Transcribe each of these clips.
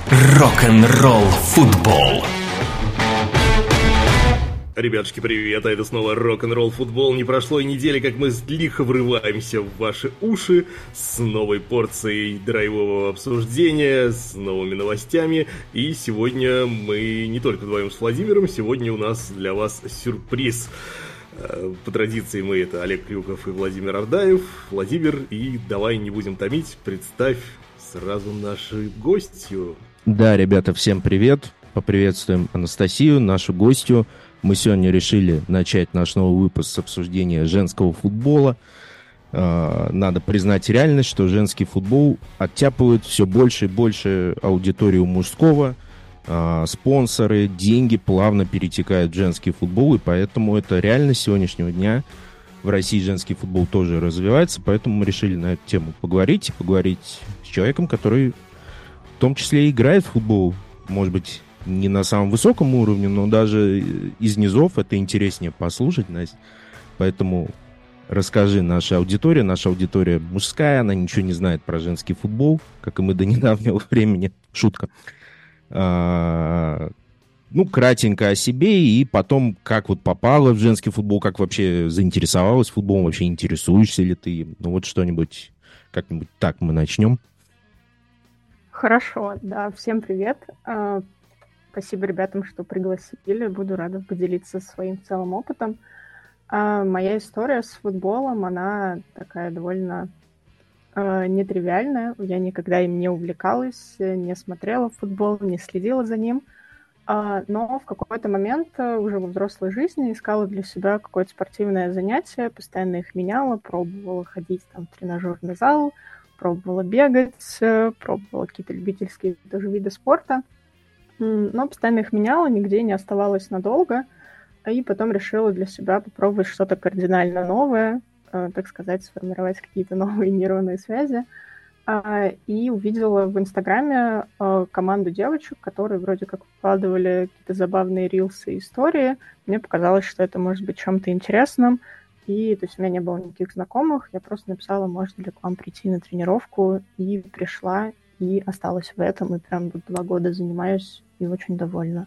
Рок-н-ролл футбол. Ребятушки, привет, а это снова рок-н-ролл футбол. Не прошло и недели, как мы лихо врываемся в ваши уши с новой порцией драйвового обсуждения, с новыми новостями. И сегодня мы не только вдвоем с Владимиром, сегодня у нас для вас сюрприз. По традиции мы это Олег Крюков и Владимир Ардаев. Владимир, и давай не будем томить, представь сразу нашу гостью. Да, ребята, всем привет. Поприветствуем Анастасию, нашу гостью. Мы сегодня решили начать наш новый выпуск с обсуждения женского футбола. Надо признать реальность, что женский футбол оттяпывает все больше и больше аудиторию мужского. Спонсоры, деньги плавно перетекают в женский футбол, и поэтому это реальность сегодняшнего дня. В России женский футбол тоже развивается, поэтому мы решили на эту тему поговорить с человеком, который в том числе играет в футбол, может быть, не на самом высоком уровне, но даже из низов это интереснее послушать, Настя. Поэтому расскажи нашей аудитории. Наша аудитория мужская, она ничего не знает про женский футбол, как и мы до недавнего времени. Шутка. Кратенько о себе, и потом, как вот попала в женский футбол, как вообще заинтересовалась футболом, вообще интересуешься ли ты? Вот что-нибудь, как-нибудь так мы начнем. Хорошо, да, всем привет. Спасибо ребятам, что пригласили. Буду рада поделиться своим целым опытом. Моя история с футболом, она такая довольно нетривиальная. Я никогда им не увлекалась, не смотрела футбол, не следила за ним. Но в какой-то момент уже во взрослой жизни искала для себя какое-то спортивное занятие, постоянно их меняла, пробовала ходить в тренажерный зал, пробовала бегать, пробовала какие-то любительские тоже виды спорта. Но постоянно их меняла, нигде не оставалась надолго, и потом решила для себя попробовать что-то кардинально новое, так сказать, сформировать какие-то новые нейронные связи, и увидела в Инстаграме команду девочек, которые вроде как выкладывали какие-то забавные рилсы и истории. Мне показалось, что это может быть чем-то интересным, и то есть у меня не было никаких знакомых, я просто написала, может ли к вам прийти на тренировку, и пришла, и осталась в этом, и прям 2 года занимаюсь, и очень довольна.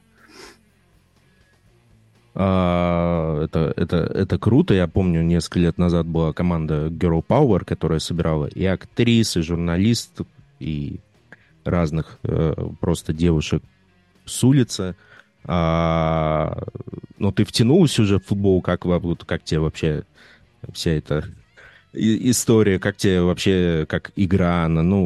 Это круто. Я помню, несколько лет назад была команда Girl Power, которая собирала и актрис, и журналистов, и разных просто девушек с улицы. Но ты втянулась уже в футбол? Как тебе вообще вся эта история? Как тебе вообще, как игра?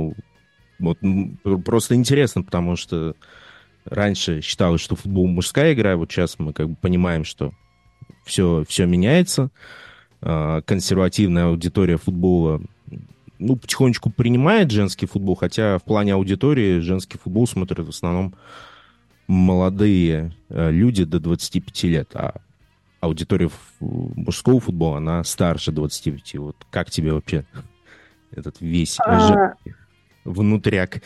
Просто интересно, потому что раньше считалось, что футбол мужская игра, вот сейчас мы понимаем, что все меняется. Консервативная аудитория футбола потихонечку принимает женский футбол, хотя в плане аудитории женский футбол смотрят в основном молодые люди до 25 лет, а аудитория мужского футбола, она старше 25. Вот как тебе вообще этот весь внутряк?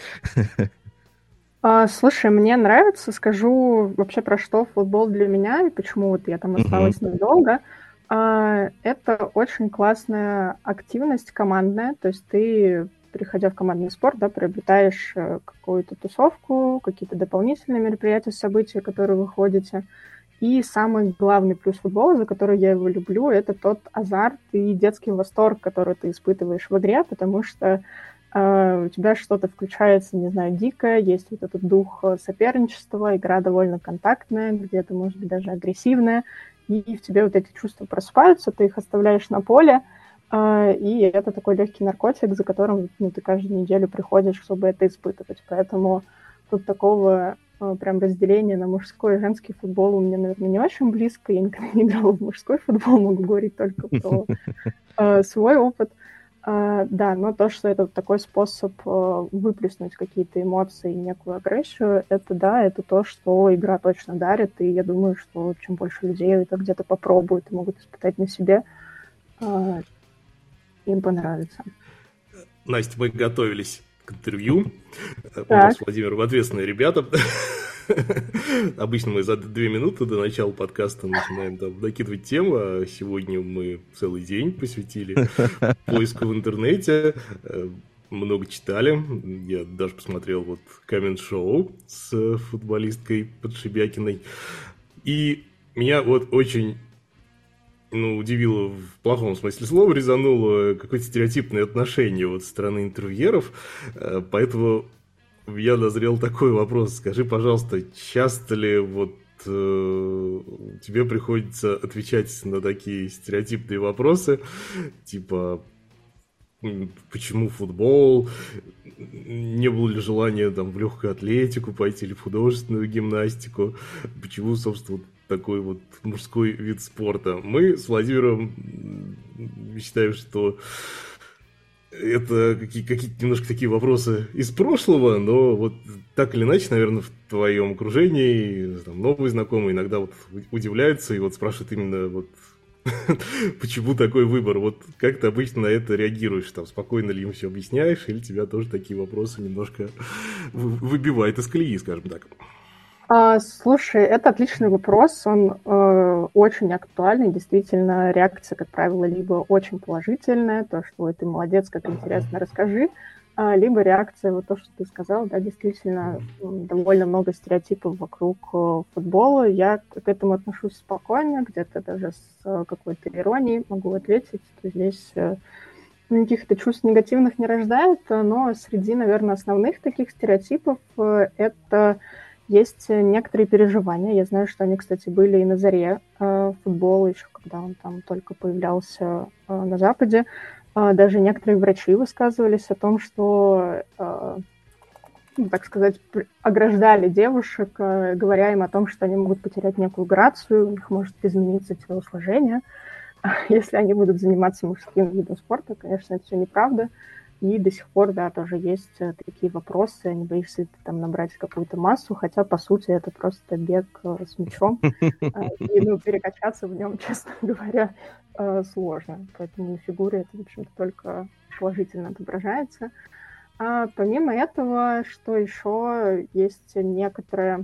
Слушай, мне нравится, скажу вообще про что футбол для меня и почему я там осталась недолго. Это очень классная активность командная, то есть ты, приходя в командный спорт, приобретаешь какую-то тусовку, какие-то дополнительные мероприятия, события, которые вы ходите. И самый главный плюс футбола, за который я его люблю, это тот азарт и детский восторг, который ты испытываешь в игре, потому что у тебя что-то включается, не знаю, дикое, есть вот этот дух соперничества, игра довольно контактная, где-то, может быть, даже агрессивная, и в тебе вот эти чувства просыпаются, ты их оставляешь на поле, и это такой легкий наркотик, за которым ты каждую неделю приходишь, чтобы это испытывать. Поэтому тут такого прям разделения на мужской и женский футбол у меня, наверное, не очень близко. Я никогда не играла в мужской футбол, могу говорить только про свой опыт. Да, но то, что это такой способ выплеснуть какие-то эмоции и некую агрессию, это то, что игра точно дарит, и я думаю, что чем больше людей это где-то попробуют и могут испытать на себе, им понравится. Настя, мы готовились к интервью. У нас с Владимиром ответственные ребята. Обычно мы за 2 минуты до начала подкаста начинаем докидывать тему, а сегодня мы целый день посвятили поиску в интернете. много читали. Я даже посмотрел вот коммент-шоу с футболисткой Подшибякиной. И меня вот очень удивило в плохом смысле слова, резануло какое-то стереотипное отношение вот со стороны интервьюеров. Поэтому я назрел такой вопрос. Скажи, пожалуйста, часто ли вот тебе приходится отвечать на такие стереотипные вопросы, типа почему футбол, не было ли желания там в легкую атлетику пойти или в художественную гимнастику, почему, собственно, вот такой вот мужской вид спорта. Мы с Владимиром считаем, что это какие-то немножко такие вопросы из прошлого, но вот так или иначе, наверное, в твоем окружении там, новые знакомые иногда вот удивляются и вот спрашивают именно вот почему такой выбор. Вот как ты обычно на это реагируешь? Там спокойно ли им все объясняешь, или тебя тоже такие вопросы немножко выбивают из колеи, скажем так? Слушай, это отличный вопрос, он очень актуальный, действительно, реакция, как правило, либо очень положительная, то, что ой, ты молодец, как интересно, расскажи, либо реакция, вот то, что ты сказал, да, действительно, довольно много стереотипов вокруг футбола, я к этому отношусь спокойно, где-то даже с какой-то иронией могу ответить, что здесь каких-то чувств негативных не рождает, но среди, наверное, основных таких стереотипов это... Есть некоторые переживания. Я знаю, что они, кстати, были и на заре футбола, еще когда он там только появлялся на Западе. Даже некоторые врачи высказывались о том, что, так сказать, ограждали девушек, говоря им о том, что они могут потерять некую грацию, у них может измениться телосложение, если они будут заниматься мужским видом спорта. Конечно, это все неправда. И до сих пор, да, тоже есть такие вопросы, не боишься ли ты там набрать какую-то массу, хотя, по сути, это просто бег с мячом, и, перекачаться в нем, честно говоря, сложно. Поэтому на фигуре это, в общем-то, только положительно отображается. А помимо этого, что еще есть некоторое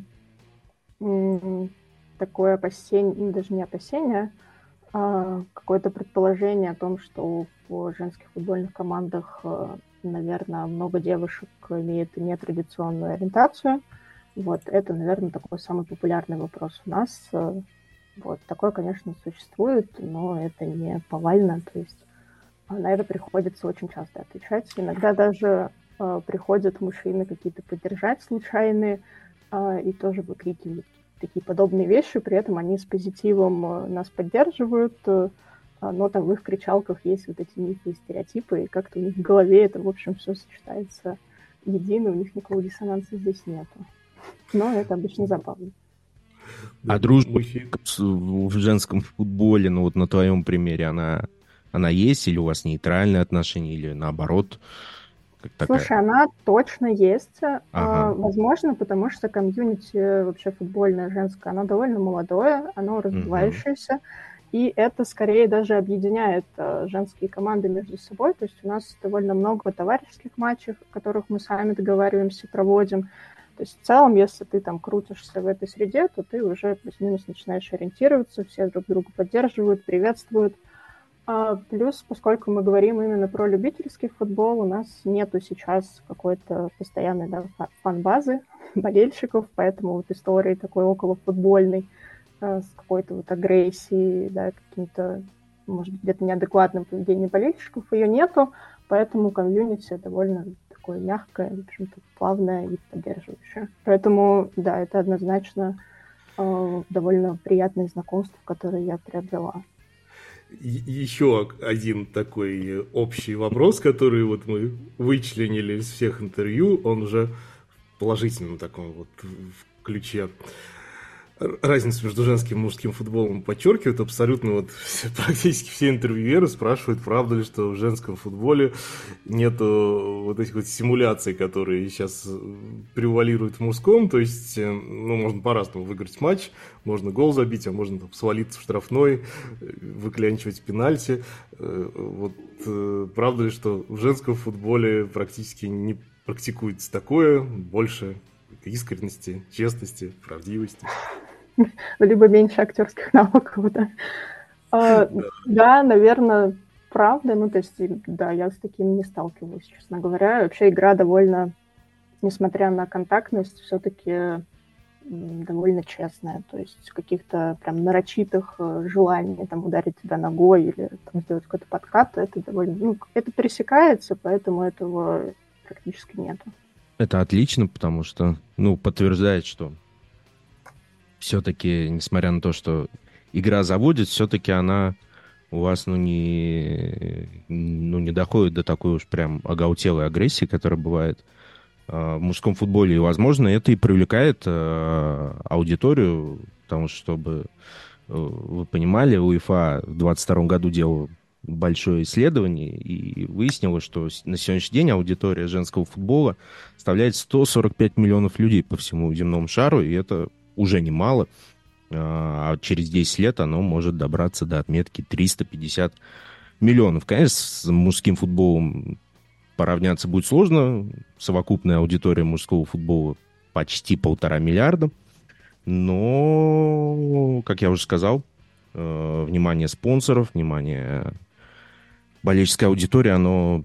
такое опасение, даже не опасение, какое-то предположение о том, что в женских футбольных командах, наверное, много девушек имеют нетрадиционную ориентацию. Вот это, наверное, такой самый популярный вопрос у нас. Вот такое, конечно, существует, но это не повально, то есть на это приходится очень часто отвечать. Иногда даже приходят мужчины какие-то поддержать случайные и тоже выкрикивают такие подобные вещи, при этом они с позитивом нас поддерживают, но там в их кричалках есть вот эти мифы и стереотипы, и как-то у них в голове это, в общем, все сочетается едино, у них никакого диссонанса здесь нету. Но это обычно забавно. А дружба в женском футболе, ну вот на твоем примере, она есть, или у вас нейтральные отношения, или наоборот? Слушай, она точно есть. Возможно, потому что комьюнити вообще футбольное, женское, оно довольно молодое, оно развивающееся, и это скорее даже объединяет женские команды между собой. То есть у нас довольно много товарищеских матчей, в которых мы сами договариваемся, проводим. То есть в целом, если ты там крутишься в этой среде, то ты уже плюс-минус начинаешь ориентироваться, все друг друга поддерживают, приветствуют. Плюс, поскольку мы говорим именно про любительский футбол, у нас нету сейчас какой-то постоянной фан-базы болельщиков, поэтому вот истории такой околофутбольной с какой-то вот агрессией, да, каким-то, может быть, где-то неадекватным поведением болельщиков, ее нету, поэтому комьюнити довольно такое мягкое, в общем-то, плавное и поддерживающее. Поэтому, да, это однозначно довольно приятные знакомства, которые я приобрела. Еще один такой общий вопрос, который вот мы вычленили из всех интервью, он уже в положительном таком вот ключе. Разницу между женским и мужским футболом подчеркивают абсолютно вот практически все интервьюеры спрашивают, правда ли, что в женском футболе нету вот этих вот симуляций, которые сейчас превалируют в мужском, то есть, можно по-разному выиграть матч, можно гол забить, а можно там свалиться в штрафной, выклянчивать пенальти. Вот правда ли, что в женском футболе практически не практикуется такое, больше искренности, честности, правдивости? Либо меньше актерских навыков, да. Да, наверное, правда. Ну, то есть, да, я с таким не сталкивалась, честно говоря. Вообще игра довольно, несмотря на контактность, все-таки довольно честная. То есть каких-то прям нарочитых желаний там ударить тебя ногой или там сделать какой-то подкат, это довольно... Ну, это пересекается, поэтому этого практически нету. Это отлично, потому что, подтверждает, что все-таки, несмотря на то, что игра заводит, все-таки она у вас, не доходит до такой уж прям оголтелой агрессии, которая бывает в мужском футболе. И, возможно, это и привлекает аудиторию, потому что, чтобы вы понимали, УЕФА в 2022 году делал большое исследование и выяснилось, что на сегодняшний день аудитория женского футбола составляет 145 миллионов людей по всему земному шару, и это уже немало. А через 10 лет оно может добраться до отметки 350 миллионов. Конечно, с мужским футболом поравняться будет сложно. Совокупная аудитория мужского футбола почти 1,5 миллиарда. Но, как я уже сказал, внимание спонсоров, внимание болельческой аудитории, оно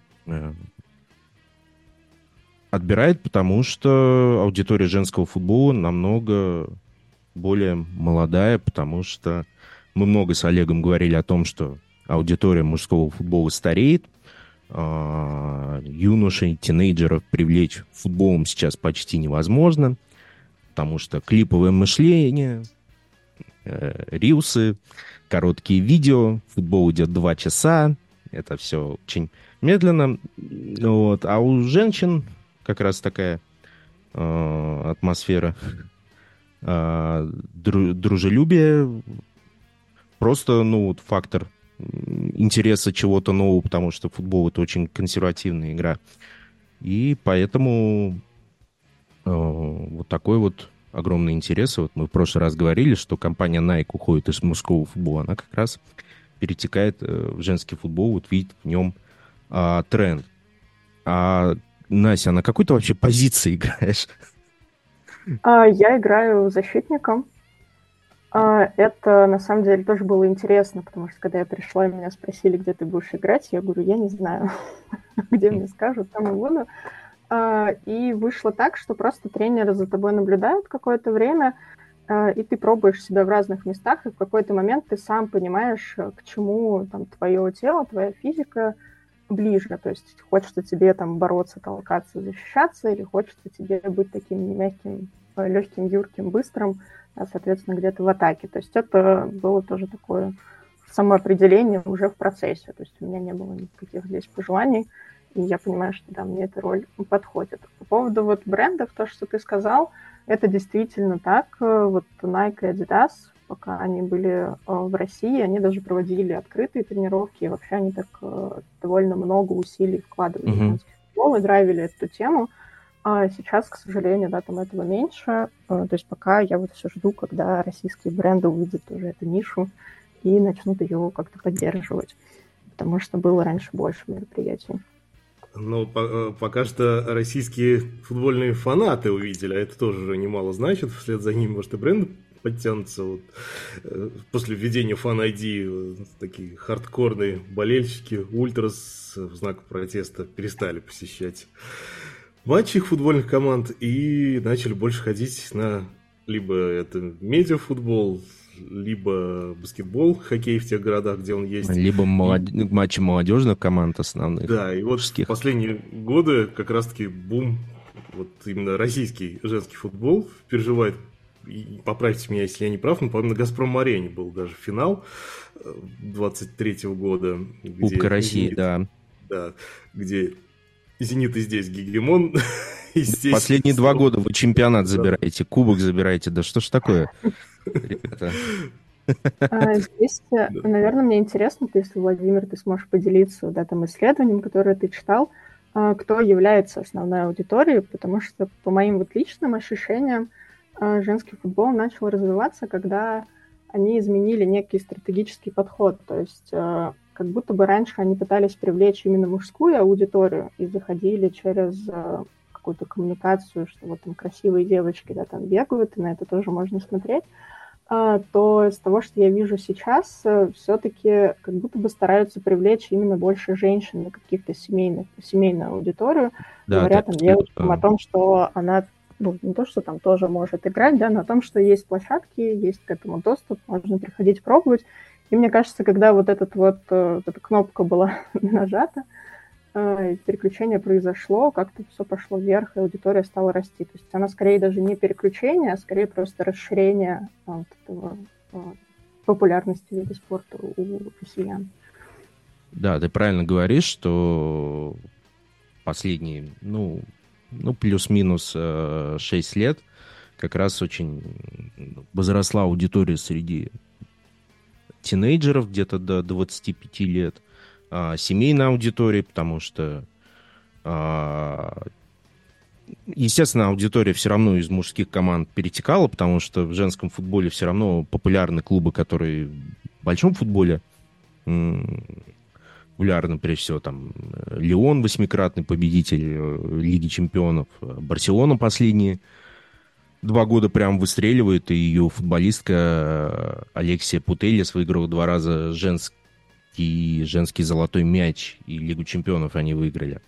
отбирает, потому что аудитория женского футбола намного более молодая, потому что мы много с Олегом говорили о том, что аудитория мужского футбола стареет, юношей, тинейджеров привлечь футболом сейчас почти невозможно, потому что клиповое мышление, рилсы, короткие видео, футбол идет 2 часа, это все очень медленно. Вот. А у женщин как раз такая атмосфера дружелюбие, просто, фактор интереса чего-то нового, потому что футбол — это очень консервативная игра. И поэтому вот такой вот огромный интерес. Вот мы в прошлый раз говорили, что компания Nike уходит из мужского футбола. Она как раз перетекает в женский футбол, вот видит в нем тренд. А, Настя, на какой ты вообще позиции играешь? Я играю защитником. Это, на самом деле, тоже было интересно, потому что, когда я пришла, меня спросили, где ты будешь играть, я говорю, я не знаю, где мне скажут, там и буду. И вышло так, что просто тренеры за тобой наблюдают какое-то время, и ты пробуешь себя в разных местах, и в какой-то момент ты сам понимаешь, к чему там твое тело, твоя физика ближе. То есть хочется тебе там бороться, толкаться, защищаться, или хочется тебе быть таким мягким, легким, юрким, быстрым, соответственно, где-то в атаке. То есть это было тоже такое самоопределение уже в процессе. То есть у меня не было никаких здесь пожеланий, и я понимаю, что да, мне эта роль подходит. По поводу вот брендов, то, что ты сказал, это действительно так. Вот Nike и Adidas, пока они были в России, они даже проводили открытые тренировки, и вообще они так довольно много усилий вкладывали в женский футбол и драйвили эту тему. А сейчас, к сожалению, да, там этого меньше. То есть пока я вот все жду, когда российские бренды увидят уже эту нишу и начнут ее как-то поддерживать. Потому что было раньше больше мероприятий. Ну, пока что российские футбольные фанаты увидели, а это тоже уже немало значит. Вслед за ним, может, и бренды подтянутся. Вот. После введения Fan-ID такие хардкорные болельщики, ультрас в знак протеста перестали посещать матчи футбольных команд и начали больше ходить на либо это медиафутбол, либо баскетбол, хоккей в тех городах, где он есть. Либо матчи молодежных команд основных. Да, и вот в последние годы как раз-таки бум, вот именно российский женский футбол переживает, и поправьте меня, если я не прав, но, по-моему, на «Газпром-арене» был даже финал 23-го года. Кубка России, да. Да, где «Зенит» и здесь гегемон. Последние 2 года вы чемпионат забираете, кубок забираете. Да что ж такое, ребята? Здесь, наверное, мне интересно, если, Владимир, ты сможешь поделиться там исследованием, которое ты читал, кто является основной аудиторией, потому что, по моим вот личным ощущениям, женский футбол начал развиваться, когда они изменили некий стратегический подход. То есть как будто бы раньше они пытались привлечь именно мужскую аудиторию и заходили через какую-то коммуникацию, что вот там красивые девочки, да, там бегают, и на это тоже можно смотреть. то из того, что я вижу сейчас, все-таки как будто бы стараются привлечь именно больше женщин на каких-то семейную аудиторию, Да, говоря ты там девочкам о том, что она, ну, не то, что там тоже может играть, да, но о том, что есть площадки, есть к этому доступ, можно приходить пробовать. И мне кажется, когда вот эта кнопка была нажата, переключение произошло, как-то все пошло вверх, и аудитория стала расти. То есть она скорее даже не переключение, а скорее просто расширение вот этого, популярности вида спорта у россиян. Да, ты правильно говоришь, что последние, плюс-минус 6 лет как раз очень возросла аудитория среди тинейджеров где-то до 25 лет, семейной аудитории, потому что, естественно, аудитория все равно из мужских команд перетекала, потому что в женском футболе все равно популярны клубы, которые в большом футболе популярны, прежде всего, там, Лион, 8-кратный победитель Лиги чемпионов, Барселона последние 2 года прям выстреливает, и ее футболистка Алексия Путелес выиграла 2 раза женский золотой мяч, и Лигу чемпионов они выиграли.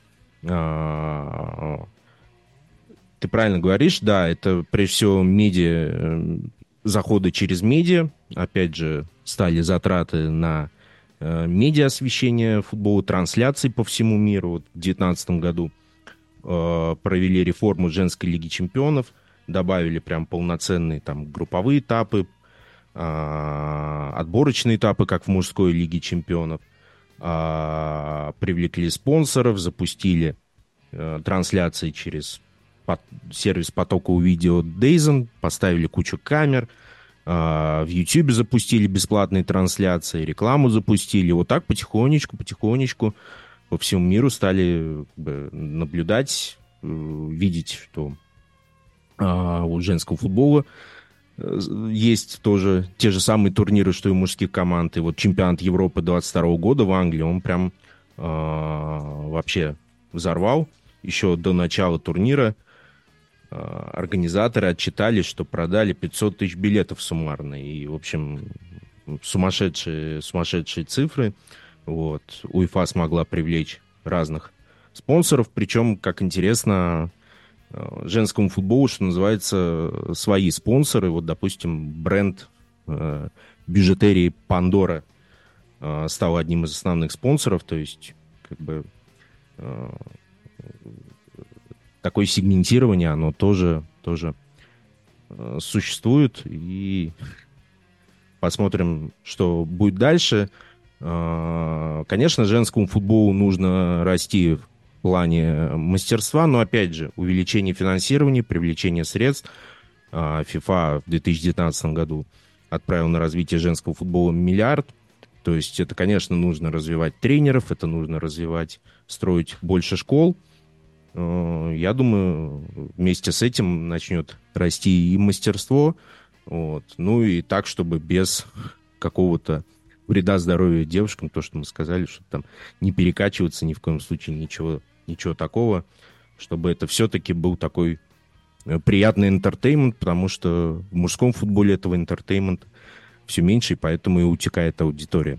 Ты правильно говоришь, да, это прежде всего заходы через медиа, опять же, стали затраты на медиа-освещение футбола, трансляций по всему миру. Вот в 2019 году провели реформу женской Лиги чемпионов, добавили прям полноценные там групповые этапы, отборочные этапы, как в мужской Лиге чемпионов, привлекли спонсоров, запустили трансляции через сервис потокового видео DAZN, поставили кучу камер, в YouTube запустили бесплатные трансляции, рекламу запустили. Вот так потихонечку по всему миру стали наблюдать, видеть, что у женского футбола есть тоже те же самые турниры, что и у мужских команд. И вот чемпионат Европы 22 года в Англии, он прям вообще взорвал. Еще до начала турнира организаторы отчитались, что продали 500 тысяч билетов суммарно. И, в общем, сумасшедшие цифры. Вот. УЕФА смогла привлечь разных спонсоров. Причем, как интересно, женскому футболу, что называется, свои спонсоры. Вот, допустим, бренд бижутерии Pandora стал одним из основных спонсоров. То есть, как бы, такое сегментирование, оно тоже существует. И посмотрим, что будет дальше. Конечно, женскому футболу нужно расти в плане мастерства, но, опять же, увеличение финансирования, привлечение средств. ФИФА в 2019 году отправил на развитие женского футбола миллиард. То есть это, конечно, нужно развивать тренеров, это нужно строить больше школ. Я думаю, вместе с этим начнет расти и мастерство. Вот. Ну и так, чтобы без какого-то вреда здоровью девушкам, то, что мы сказали, чтобы там не перекачиваться ни в коем случае, ничего такого, чтобы это все-таки был такой приятный интертеймент, потому что в мужском футболе этого интертеймента все меньше, и поэтому и утекает аудитория.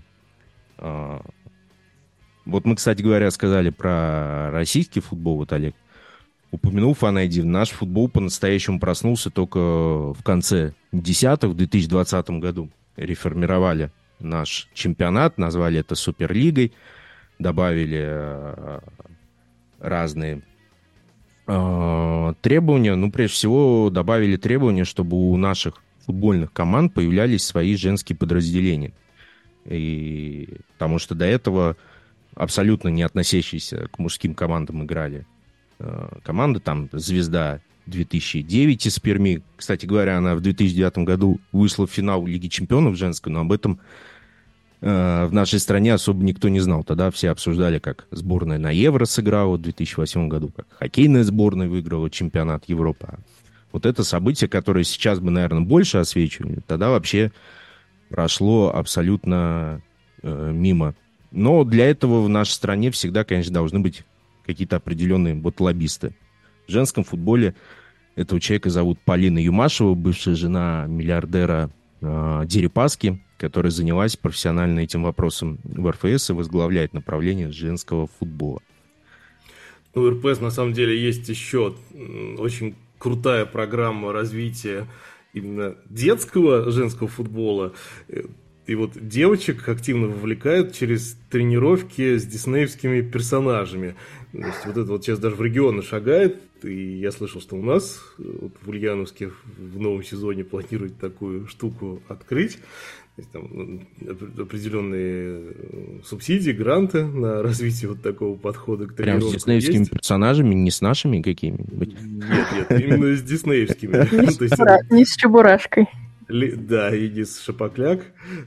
Вот мы, кстати говоря, сказали про российский футбол, вот Олег упомянул Фан-ID. Наш футбол по-настоящему проснулся только в конце десятых, в 2020 году. Реформировали наш чемпионат, назвали это Суперлигой, добавили разные требования. Ну, прежде всего, добавили требования, чтобы у наших футбольных команд появлялись свои женские подразделения. Потому что до этого абсолютно не относящиеся к мужским командам играли команды. Там «Звезда» 2009 из Перми. Кстати говоря, она в 2009 году вышла в финал Лиги чемпионов женской, но об этом в нашей стране особо никто не знал. Тогда все обсуждали, как сборная на Евро сыграла в 2008 году, как хоккейная сборная выиграла чемпионат Европы. Вот это событие, которое сейчас бы, наверное, больше освечивали, тогда вообще прошло абсолютно мимо. Но для этого в нашей стране всегда, конечно, должны быть какие-то определенные вот лоббисты. В женском футболе этого человека зовут Полина Юмашева, бывшая жена миллиардера Дерипаски, которая занялась профессионально этим вопросом в РФС и возглавляет направление женского футбола. У РПС на самом деле есть еще очень крутая программа развития именно детского женского футбола. И вот девочек активно вовлекают через тренировки с диснеевскими персонажами. То есть вот это вот сейчас даже в регионы шагает. И я слышал, что у нас вот в Ульяновске в новом сезоне планируют такую штуку открыть. То есть там определенные субсидии, гранты на развитие вот такого подхода к тренировкам. Прям с диснеевскими персонажами, не с нашими какими-нибудь? Нет, именно с диснеевскими. Не с Чебурашкой. Да, и не с Шапокляк.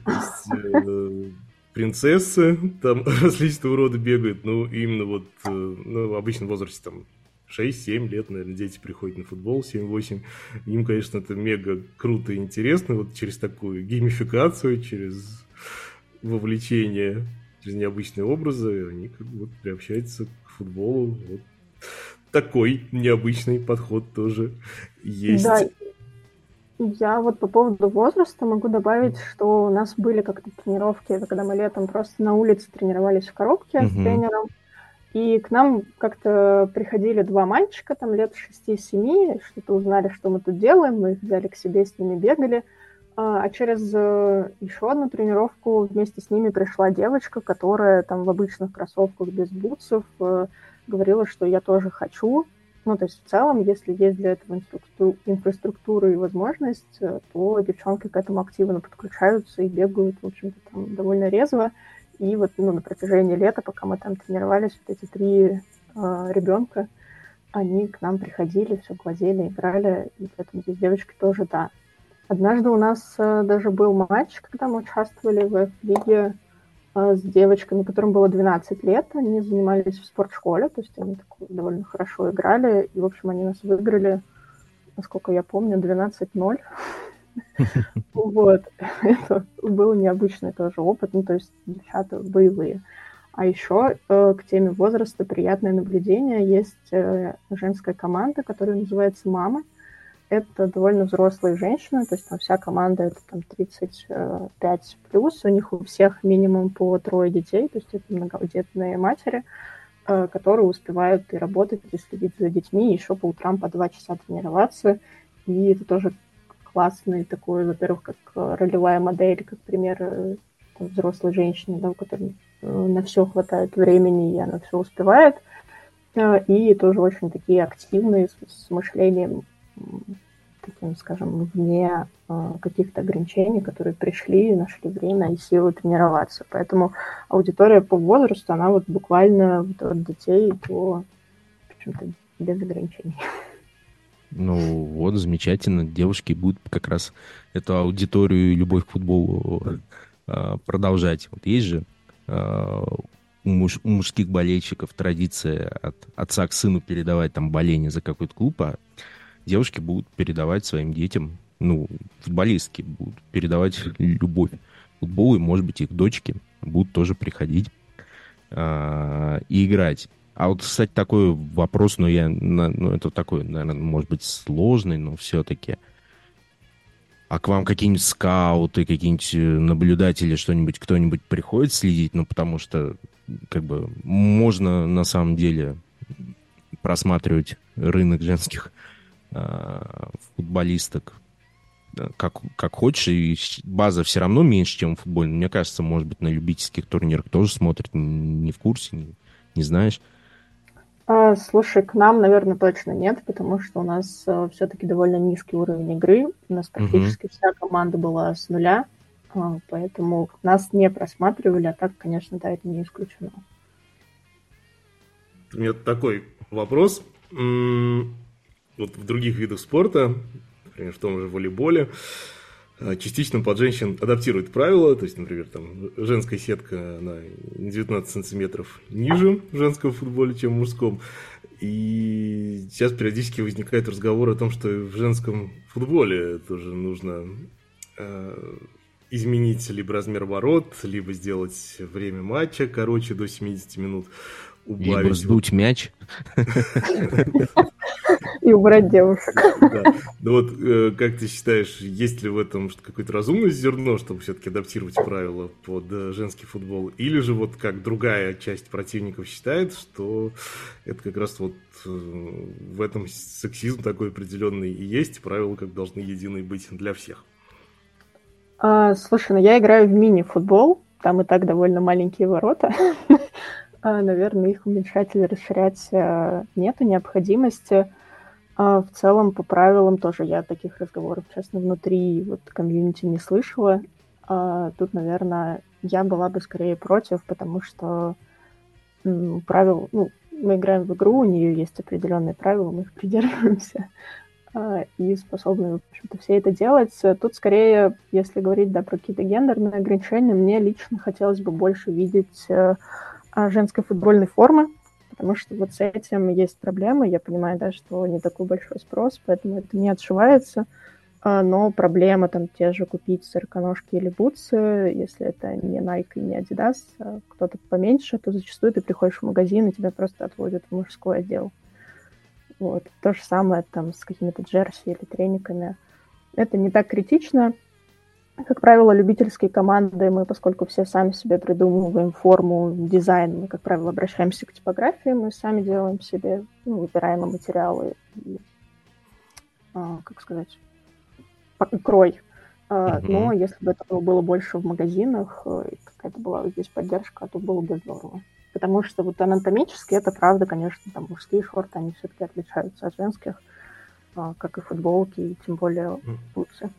Принцессы там различного рода бегают. Ну, именно вот в обычном возрасте там 6-7 лет, наверное, дети приходят на футбол, 7-8. Им, конечно, это мега круто и интересно. Вот через такую геймификацию, через вовлечение, через необычные образы, они как бы приобщаются к футболу. Вот такой необычный подход тоже есть. Да, я вот по поводу возраста могу добавить, что у нас были как-то тренировки, это когда мы летом просто на улице тренировались в коробке с тренером. И к нам как-то приходили два мальчика, там лет 6-7, что-то узнали, что мы тут делаем, мы их взяли к себе, с ними бегали. А через еще одну тренировку вместе с ними пришла девочка, которая там в обычных кроссовках без бутсов говорила, что я тоже хочу. Ну, то есть в целом, если есть для этого инфраструктура и возможность, то девчонки к этому активно подключаются и бегают, в общем-то, там довольно резво. И вот на протяжении лета, пока мы там тренировались, вот эти 3 ребенка, они к нам приходили, все глазели, играли, и поэтому здесь девочки тоже, да. Однажды у нас даже был матч, когда мы участвовали в F-лиге с девочками, которым было 12 лет, они занимались в спортшколе, то есть они довольно хорошо играли, и, в общем, они нас выиграли, насколько я помню, 12-0. Вот, это был необычный тоже опыт, ну, то есть девчата боевые. А еще к теме возраста приятное наблюдение. Есть женская команда, которая называется «Мама». Это довольно взрослые женщины, то есть там вся команда это там 35 плюс, у них у всех минимум по 3 детей, то есть это многодетные матери, которые успевают и работать, и следить за детьми, еще по утрам по 2 часа тренироваться, и это тоже классный такой, во-первых, как ролевая модель, как пример там, взрослой женщины, да, у которой на все хватает времени, и она все успевает, и тоже очень такие активные, с мышлением таким, скажем, вне каких-то ограничений, которые пришли, нашли время и силы тренироваться. Поэтому аудитория по возрасту, она вот буквально от детей до, в общем-то, без ограничений. Ну вот, замечательно. Девушки будут как раз эту аудиторию и любовь к футболу продолжать. Вот есть же у мужских болельщиков традиция от отца к сыну передавать там боление за какой-то клуб, а девушки будут передавать своим детям, ну, футболистки будут передавать любовь к футболу, и, может быть, их дочки будут тоже приходить и играть. А вот, кстати, такой вопрос, ну, это такой, наверное, может быть, сложный, но все-таки. А к вам какие-нибудь скауты, какие-нибудь наблюдатели, что-нибудь, кто-нибудь приходит следить? Ну, потому что, как бы, можно, на самом деле, просматривать рынок женских футболисток как хочешь, и база все равно меньше, чем в футболе. Мне кажется, может быть, на любительских турнирах тоже смотрят, не в курсе, не знаешь. Слушай, к нам, наверное, точно нет, потому что у нас все-таки довольно низкий уровень игры. У нас практически вся команда была с нуля, поэтому нас не просматривали, а так, конечно, да, это не исключено. У меня такой вопрос. Вот в других видах спорта, например, в том же волейболе, частично под женщин адаптируют правила. То есть, например, там женская сетка, она 19 сантиметров ниже в женском футболе, чем в мужском. И сейчас периодически возникает разговор о том, что в женском футболе тоже нужно изменить либо размер ворот, либо сделать время матча короче до 70 минут. Либо сдуть мяч. И убрать девушек. Да. Ну вот, как ты считаешь, есть ли в этом какое-то разумное зерно, чтобы все-таки адаптировать правила под женский футбол? Или же вот как другая часть противников считает, что это как раз вот в этом сексизм такой определенный и есть, и правила как должны единые быть для всех? Слушай, ну я играю в мини-футбол, там и так довольно маленькие ворота. Наверное, их уменьшать или расширять нету необходимости. В целом, по правилам тоже я таких разговоров, честно, внутри вот комьюнити не слышала. Тут, наверное, я была бы скорее против, потому что правил, ну, мы играем в игру, у нее есть определенные правила, мы их придерживаемся и способны, в общем-то, все это делать. Тут скорее, если говорить, да, про какие-то гендерные ограничения, мне лично хотелось бы больше видеть женской футбольной формы, потому что вот с этим есть проблемы. Я понимаю, да, что не такой большой спрос, поэтому это не отшивается. Но проблема там те же купить сороконожки или бутсы, если это не Nike и не Adidas, а кто-то поменьше, то зачастую ты приходишь в магазин, и тебя просто отводят в мужской отдел. Вот. То же самое там с какими-то джерси или трениками. Это не так критично. Как правило, любительские команды, мы, поскольку все сами себе придумываем форму, дизайн, мы, как правило, обращаемся к типографии, мы сами делаем себе, выбираем материалы, и, как сказать, крой. Но если бы этого было больше в магазинах, и какая-то была здесь поддержка, то было бы здорово. Потому что вот анатомически это правда, конечно, там мужские шорты, они все-таки отличаются от женских, как и футболки, и тем более бутсы.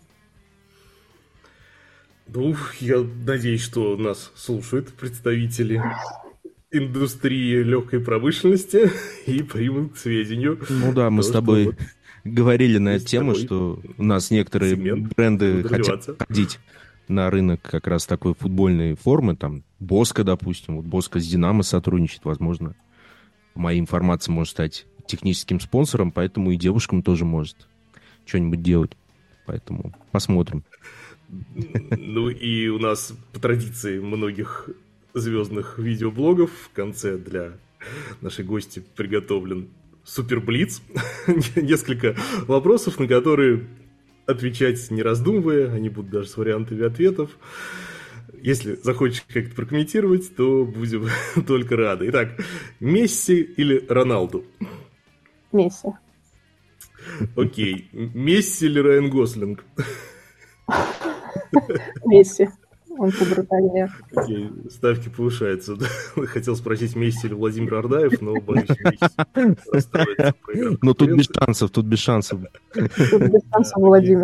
Ну, я надеюсь, что нас слушают представители индустрии легкой промышленности и примут к сведению. Ну да, мы с тобой говорили на эту тему, что у нас некоторые бренды хотят ходить на рынок как раз такой футбольной формы, там Боска, допустим, вот Боска с Динамо сотрудничает, возможно, по моей информации, может стать техническим спонсором, поэтому и девушкам тоже может что-нибудь делать, поэтому посмотрим. Ну и у нас по традиции многих звездных видеоблогов в конце для нашей гости приготовлен суперблиц. Несколько вопросов, на которые отвечать не раздумывая, они будут даже с вариантами ответов. Если захочешь как-то прокомментировать, то будем только рады. Итак, Месси или Роналду? Месси. Окей. Месси или Райан Гослинг? Месси. Он побрутальнее. Окей, ставки повышаются. Хотел спросить, Месси или Владимир Ардаев, но боюсь, расстроится. Ну, тут без шансов, тут без шансов. Тут без шансов Владимир,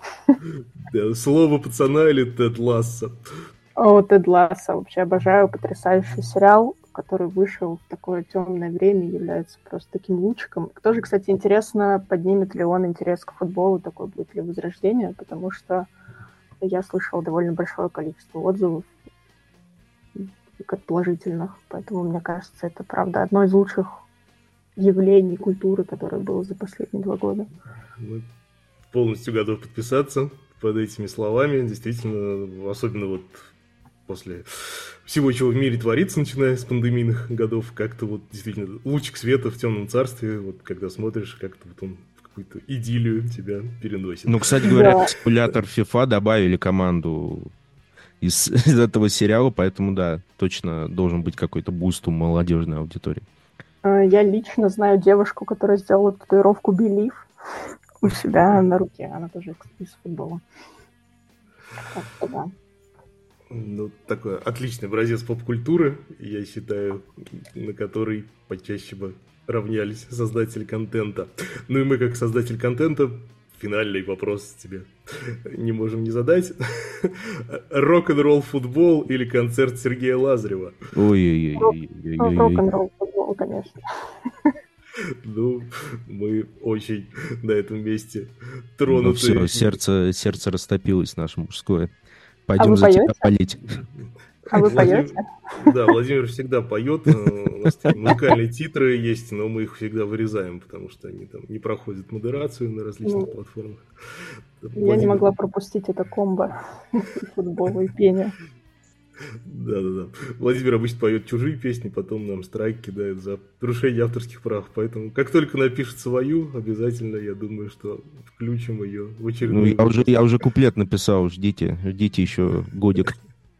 да. Слово пацана или Тед Лассо? О, Тед Лассо. Вообще обожаю. Потрясающий сериал, который вышел в такое темное время, является просто таким лучиком. Тоже, кстати, интересно, поднимет ли он интерес к футболу, такое будет ли возрождение, потому что я слышала довольно большое количество отзывов, как положительных. Поэтому, мне кажется, это, правда, одно из лучших явлений культуры, которое было за последние 2 года. Полностью готов подписаться под этими словами. Действительно, особенно вот после всего, чего в мире творится, начиная с пандемийных годов, как-то вот действительно лучик света в темном царстве, вот когда смотришь, как-то вот он какую-то идиллию тебя переносит. Ну, кстати говоря, симулятор FIFA добавили команду из этого сериала, поэтому, да, точно должен быть какой-то буст у молодежной аудитории. Я лично знаю девушку, которая сделала татуировку Believe у себя на руке. Она тоже из футбола. Так что да. Ну, такой отличный образец поп-культуры, я считаю, на который почаще бы равнялись создатели контента. Ну и мы, как создатель контента, финальный вопрос тебе не можем не задать. Рок-н-ролл футбол или концерт Сергея Лазарева? Ой-ой-ой. Рок-н-ролл футбол, конечно. Ну, мы очень на этом месте тронуты. Ну все, сердце растопилось наше мужское. Пойдем за тебя полить. А вы поете? Да, Владимир всегда поет. У нас такие музыкальные титры есть, но мы их всегда вырезаем, потому что они там не проходят модерацию на различных платформах. Я не могла пропустить это комбо футбола и пения. Да-да-да. Владимир обычно поет чужие песни, потом нам страйк кидает за нарушение авторских прав. Поэтому, как только напишет свою, обязательно, я думаю, что включим ее в Ну, очередной выпуск. я уже куплет написал, ждите еще годик.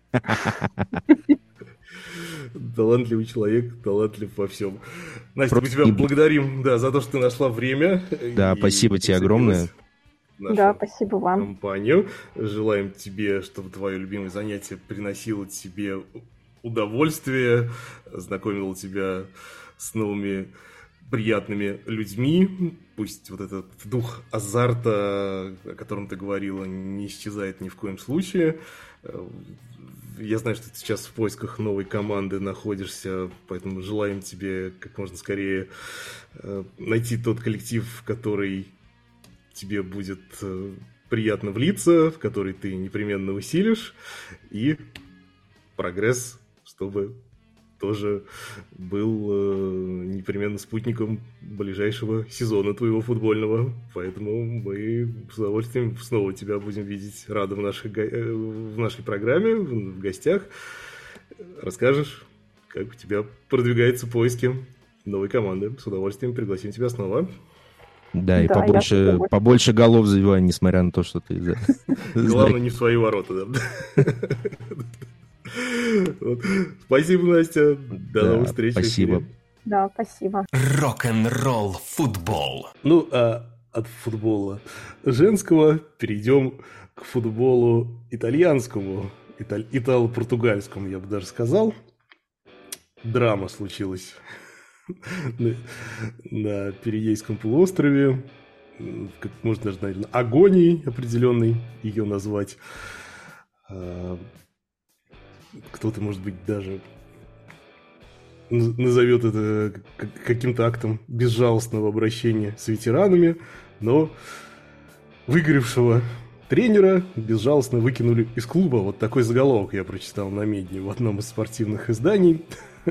Талантливый человек, талантлив во всем. Настя, мы тебя благодарим, да, за то, что ты нашла время. Да, спасибо тебе огромное. Да, спасибо вам. Компанию. Желаем тебе, чтобы твое любимое занятие приносило тебе удовольствие, знакомило тебя с новыми приятными людьми. Пусть вот этот дух азарта, о котором ты говорила, не исчезает ни в коем случае. Я знаю, что ты сейчас в поисках новой команды находишься, поэтому желаем тебе как можно скорее найти тот коллектив, в который тебе будет приятно влиться, в который ты непременно усилишь, и прогресс, чтобы тоже был непременно спутником ближайшего сезона твоего футбольного. Поэтому мы с удовольствием снова тебя будем видеть рады в нашей программе, в гостях. Расскажешь, как у тебя продвигаются поиски новой команды. С удовольствием пригласим тебя снова. Да, и побольше голов забивай, несмотря на то, что ты... Главное, не в свои ворота, да. Спасибо, Настя. До новых встреч. Спасибо. Да, спасибо. Рок-н-ролл футбол. Ну, а от футбола женского перейдем к футболу итальянскому, итало-португальскому, я бы даже сказал. Драма случилась на Пиренейском полуострове. Как можно даже, наверное, агонией определенной ее назвать. Кто-то, может быть, даже назовет это каким-то актом безжалостного обращения с ветеранами, но выгоревшего тренера безжалостно выкинули из клуба. Вот такой заголовок я прочитал на Медне в одном из спортивных изданий.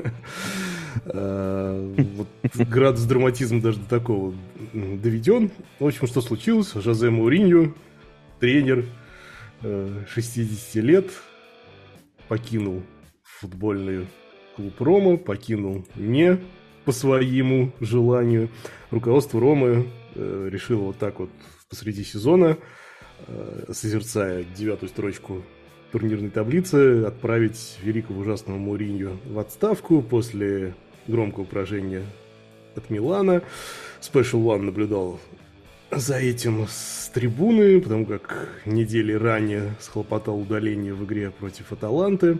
Градус драматизма даже до такого доведен. В общем, что случилось? Жозе Моуриньо, тренер 60 лет, покинул футбольный клуб Рома, покинул не по своему желанию. Руководство Ромы решило вот так вот посреди сезона, созерцая 9-ю строчку турнирной таблицы, отправить великого ужасного Моуриньо в отставку после громкого поражения от Милана. Special One наблюдал за этим с трибуны, потому как недели ранее схлопотал удаление в игре против Аталанты.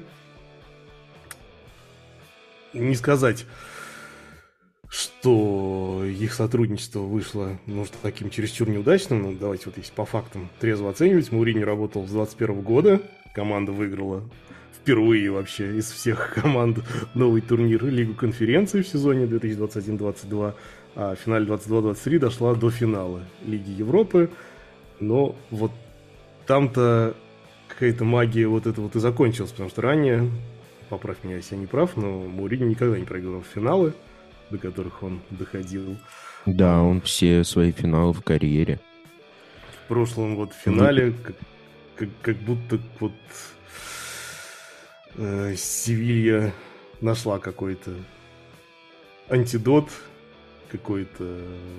Не сказать, что их сотрудничество вышло, может, таким чересчур неудачным, но давайте вот если по фактам трезво оценивать. Моуриньо работал с 2021 года, команда выиграла впервые вообще из всех команд новый турнир Лигу конференций в сезоне 2021-2022, а в финале 22-23 дошла до финала Лиги Европы. Но вот там-то какая-то магия вот это вот и закончилась, потому что ранее, поправь меня, если я не прав, но Моуриньо никогда не проигрывал финалы, до которых он доходил. Да, он все свои финалы в карьере. В прошлом вот финале как будто вот Севилья нашла какой-то антидот, какое-то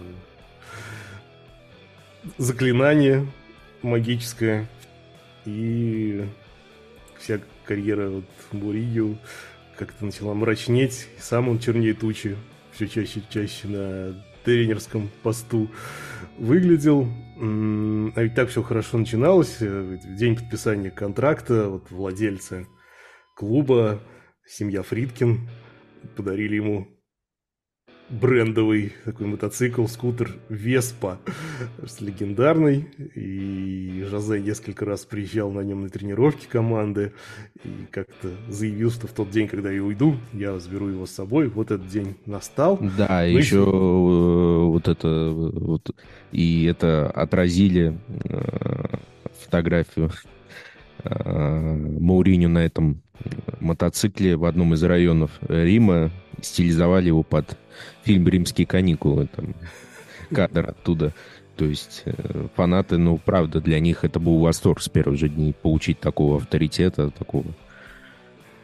заклинание магическое, и вся карьера вот Моуриньо как-то начала мрачнеть, и сам он чернее тучи все чаще и чаще на тренерском посту выглядел. А ведь так все хорошо начиналось. В день подписания контракта вот владельцы клуба, семья Фридкин, подарили ему брендовый такой мотоцикл, скутер Веспа, легендарный, и Жозе несколько раз приезжал на нем на тренировки команды и как-то заявил, что в тот день, когда я уйду, я заберу его с собой. Вот этот день настал. Да, еще вот это вот, и это отразили фотографию Моуриньо на этом мотоцикле в одном из районов Рима, стилизовали его под фильм «Римские каникулы», там кадр оттуда. То есть фанаты, ну, правда, для них это был восторг с первых же дней получить такого авторитета, такого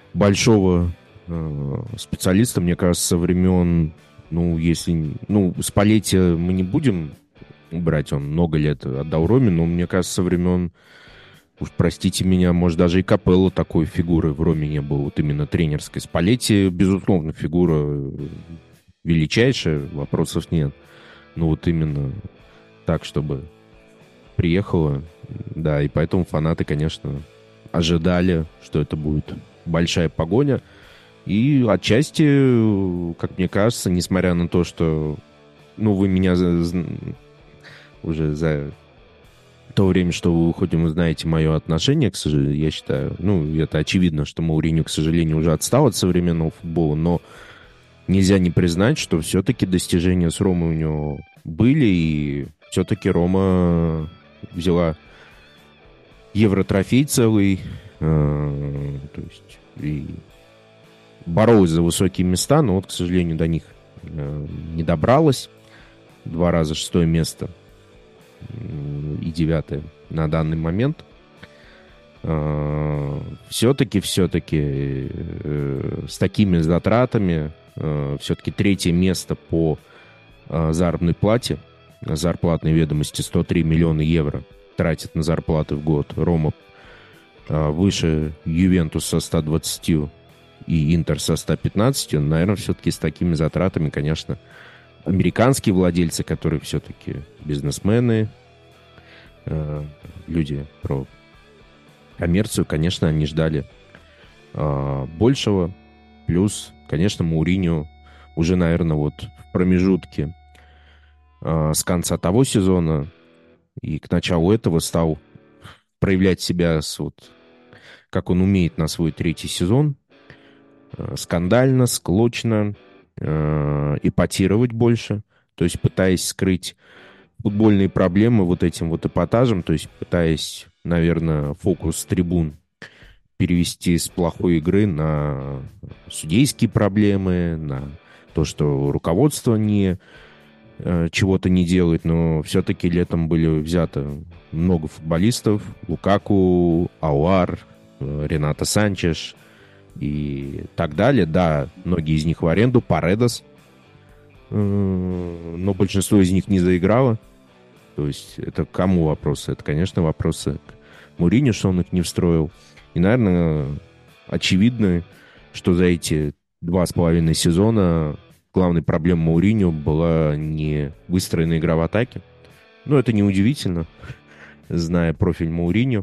большого специалиста, мне кажется, со времен, Спалетти мы не будем брать, он много лет отдал Роме, но мне кажется, со времен, уж простите меня, может, даже и Капелло такой фигуры в Роме не было, вот именно тренерской. Спалетти, безусловно, фигура величайшая, вопросов нет. Ну, вот именно так, чтобы приехала, да, и поэтому фанаты, конечно, ожидали, что это будет большая погоня. И отчасти, как мне кажется, несмотря на то, что, вы меня уже за то время, что вы уходим, вы знаете мое отношение, к сожалению, я считаю, это очевидно, что Мауриньо, к сожалению, уже отстал от современного футбола, но нельзя не признать, что все-таки достижения с Ромой у него были, и все-таки Рома взяла евротрофей целый, то есть и боролась за высокие места, но вот, к сожалению, до них не добралась. 2 раза 6-е место и 9-е на данный момент. Все-таки с такими затратами все-таки 3-е место по заработной плате. Зарплатные ведомости 103 миллиона евро тратит на зарплаты в год. Рома выше Ювентус со 120 и Интер со 115. Наверное, все-таки с такими затратами, конечно, американские владельцы, которые все-таки бизнесмены, люди про коммерцию, конечно, они ждали большего. Плюс, конечно, Мауриньо уже, наверное, вот в промежутке с конца того сезона и к началу этого стал проявлять себя, как он умеет на свой 3-й сезон. Скандально, склочно, эпатировать больше, то есть пытаясь скрыть футбольные проблемы вот этим вот эпатажем, то есть пытаясь, наверное, фокус трибун перевести с плохой игры на судейские проблемы, на то, что руководство чего-то не делает, но все-таки летом были взято много футболистов: Лукаку, Ауар, Ренато Санчеш и так далее. Да, многие из них в аренду, Паредос, но большинство из них не заиграло. То есть это к кому вопросы? Это, конечно, вопросы к Мауриньо, что он их не встроил. И, наверное, очевидно, что за эти 2,5 сезона главной проблемой Мауриньо была не выстроенная игра в атаке. Но это не удивительно, зная профиль Мауриньо.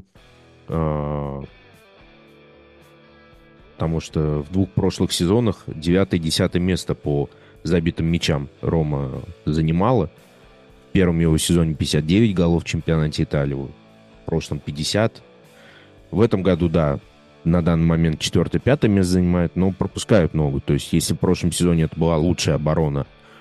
Потому что в 2 прошлых сезонах 9 и 10 место по забитым мячам Рома занимала. В первом его сезоне 59 голов в чемпионате Италии, в прошлом 50. В этом году, да, на данный момент 4-5 место занимает, но пропускают много. То есть, если в прошлом сезоне это была лучшая оборона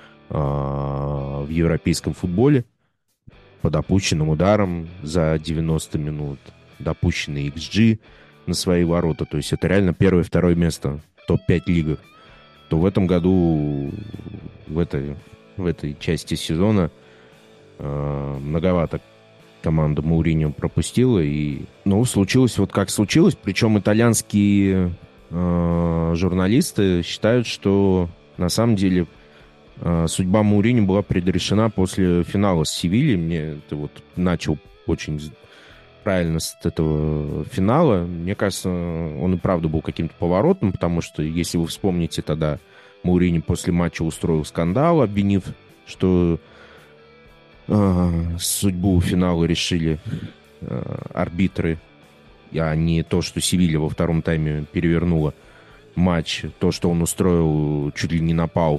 в европейском футболе, по допущенным ударам за 90 минут, допущенный XG на свои ворота, то есть это реально 1 и 2 место в топ-5 лигах, то в этом году, в этой части сезона многовато команда Мауриньо пропустила, и, случилось вот как случилось. Причем итальянские журналисты считают, что на самом деле судьба Мауриньо была предрешена после финала с Севильей. Мне это вот начал очень правильно с этого финала. Мне кажется, он и правда был каким-то поворотным, потому что, если вы вспомните, тогда Мауриньо после матча устроил скандал, обвинив, что судьбу финала решили арбитры, а не то, что Севилья во втором тайме перевернула матч, то, что он устроил, чуть ли не напал,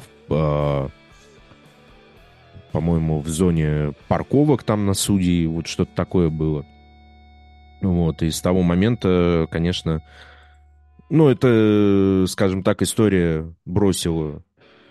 по-моему, в зоне парковок там на судей, вот что-то такое было. Вот, и с того момента, конечно, это, скажем так, история бросила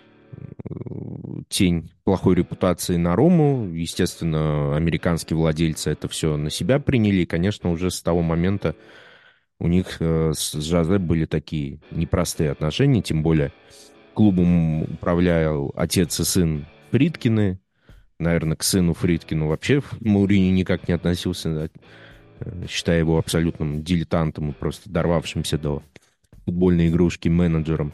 тень плохой репутации на Рому. Естественно, американские владельцы это все на себя приняли. И, конечно, уже с того момента у них с Жозе были такие непростые отношения. Тем более клубом управлял отец и сын Фридкины. Наверное, к сыну Фридкину вообще Мауриньо никак не относился, считая его абсолютным дилетантом и просто дорвавшимся до футбольной игрушки менеджером.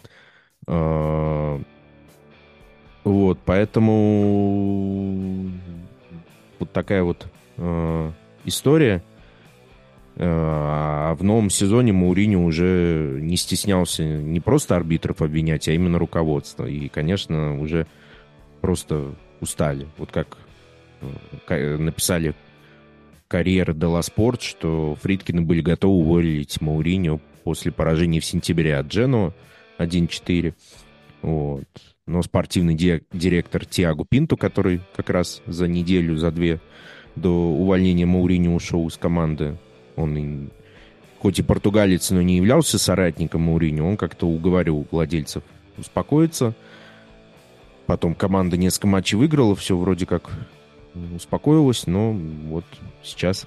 Вот, поэтому вот такая вот история. А в новом сезоне Мауриньо уже не стеснялся не просто арбитров обвинять, а именно руководство. И, конечно, уже просто устали. Вот как написали «Карьера де ла Спорт», что Фридкины были готовы уволить Мауриньо после поражения в сентябре от Дженоа 1-4. Вот. Но спортивный директор Тиаго Пинто, который как раз за неделю, за две до увольнения Мауриньо ушел из команды, он хоть и португалец, но не являлся соратником Мауриньо, он как-то уговаривал владельцев успокоиться. Потом команда несколько матчей выиграла, все вроде как успокоилось, но вот сейчас,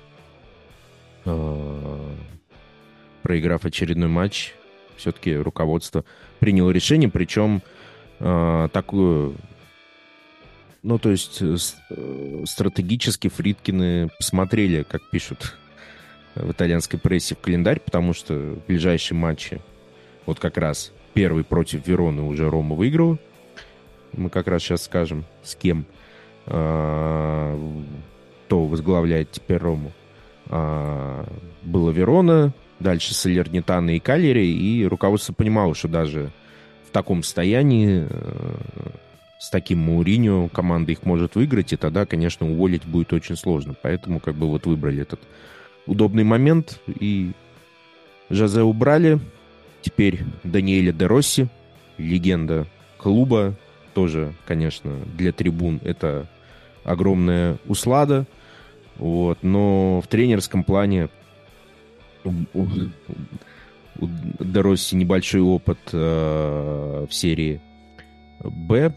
проиграв очередной матч, все-таки руководство приняло решение, причем такую, ну, то есть стратегически Фридкины посмотрели, как пишут в итальянской прессе, в календарь, потому что ближайшие матчи, вот как раз первый против Вероны уже Рома выиграл. Мы как раз сейчас скажем, с кем, кто возглавляет теперь Рому. Была Верона, дальше Салернитана и Кальяри, и руководство понимало, что даже в таком состоянии, с таким Мауриньо, команда их может выиграть, и тогда, конечно, уволить будет очень сложно. Поэтому как бы вот выбрали этот удобный момент, и Жозе убрали. Теперь Даниэле де Росси, легенда клуба, тоже, конечно, для трибун это огромная услада. Вот. Но в тренерском плане у де Росси небольшой опыт в серии «Б».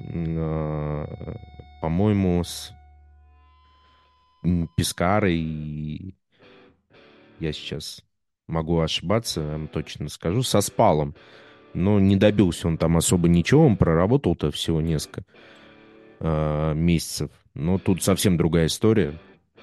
По-моему, с Пескарой, и я сейчас могу ошибаться, я вам точно скажу, со Спалом. Но не добился он там особо ничего, он проработал-то всего несколько месяцев. Но тут совсем другая история.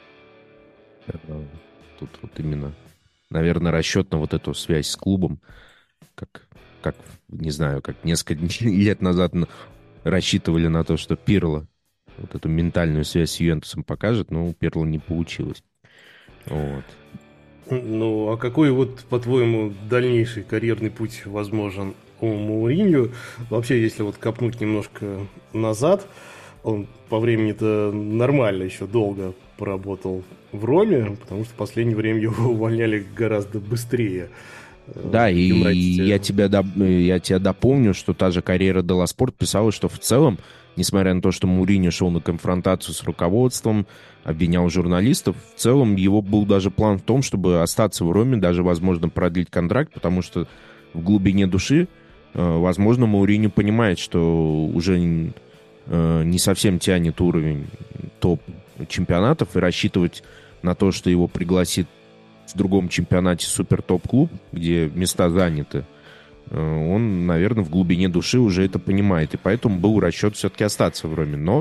Тут вот именно, наверное, расчет на вот эту связь с клубом, как не знаю, как несколько лет назад рассчитывали на то, что Пирло вот эту ментальную связь с Ювентусом покажет, но у Пирло не получилось. Вот. Ну, а какой вот, по-твоему, дальнейший карьерный путь возможен у Мауриньо? Вообще, если вот копнуть немножко назад, он по времени-то нормально еще долго поработал в Роме, потому что в последнее время его увольняли гораздо быстрее. Да, и я тебя дополню, что та же карьера де ла Спорт писала, что в целом, несмотря на то, что Мауриньо шел на конфронтацию с руководством, обвинял журналистов, в целом его был даже план в том, чтобы остаться в Роме, даже, возможно, продлить контракт, потому что в глубине души, возможно, Мауриньо понимает, что уже не совсем тянет уровень топ-чемпионатов, и рассчитывать на то, что его пригласит в другом чемпионате супер-топ-клуб, где места заняты, он, наверное, в глубине души уже это понимает. И поэтому был расчет все-таки остаться в Роме. Но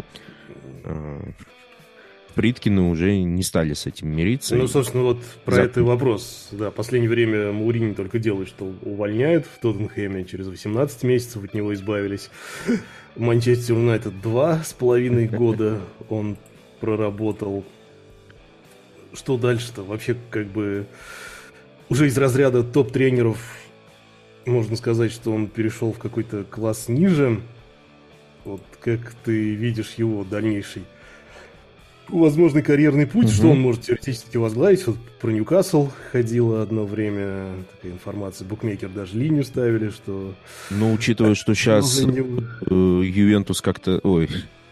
Фридкины уже не стали с этим мириться. Ну, собственно, вот про это вопрос. Да, в последнее время Мауриньо только делает, что увольняют. В Тоттенхэме через 18 месяцев от него избавились. Манчестер Юнайтед 2,5 года он проработал. Что дальше-то? Вообще, как бы, уже из разряда топ-тренеров можно сказать, что он перешел в какой-то класс ниже. Вот как ты видишь его дальнейший возможный карьерный путь, что он может теоретически возглавить? Вот про Ньюкасл ходила одно время такая информация, букмекер даже линию ставили, что... Ну, учитывая, что сейчас Ювентус как-то... Ой...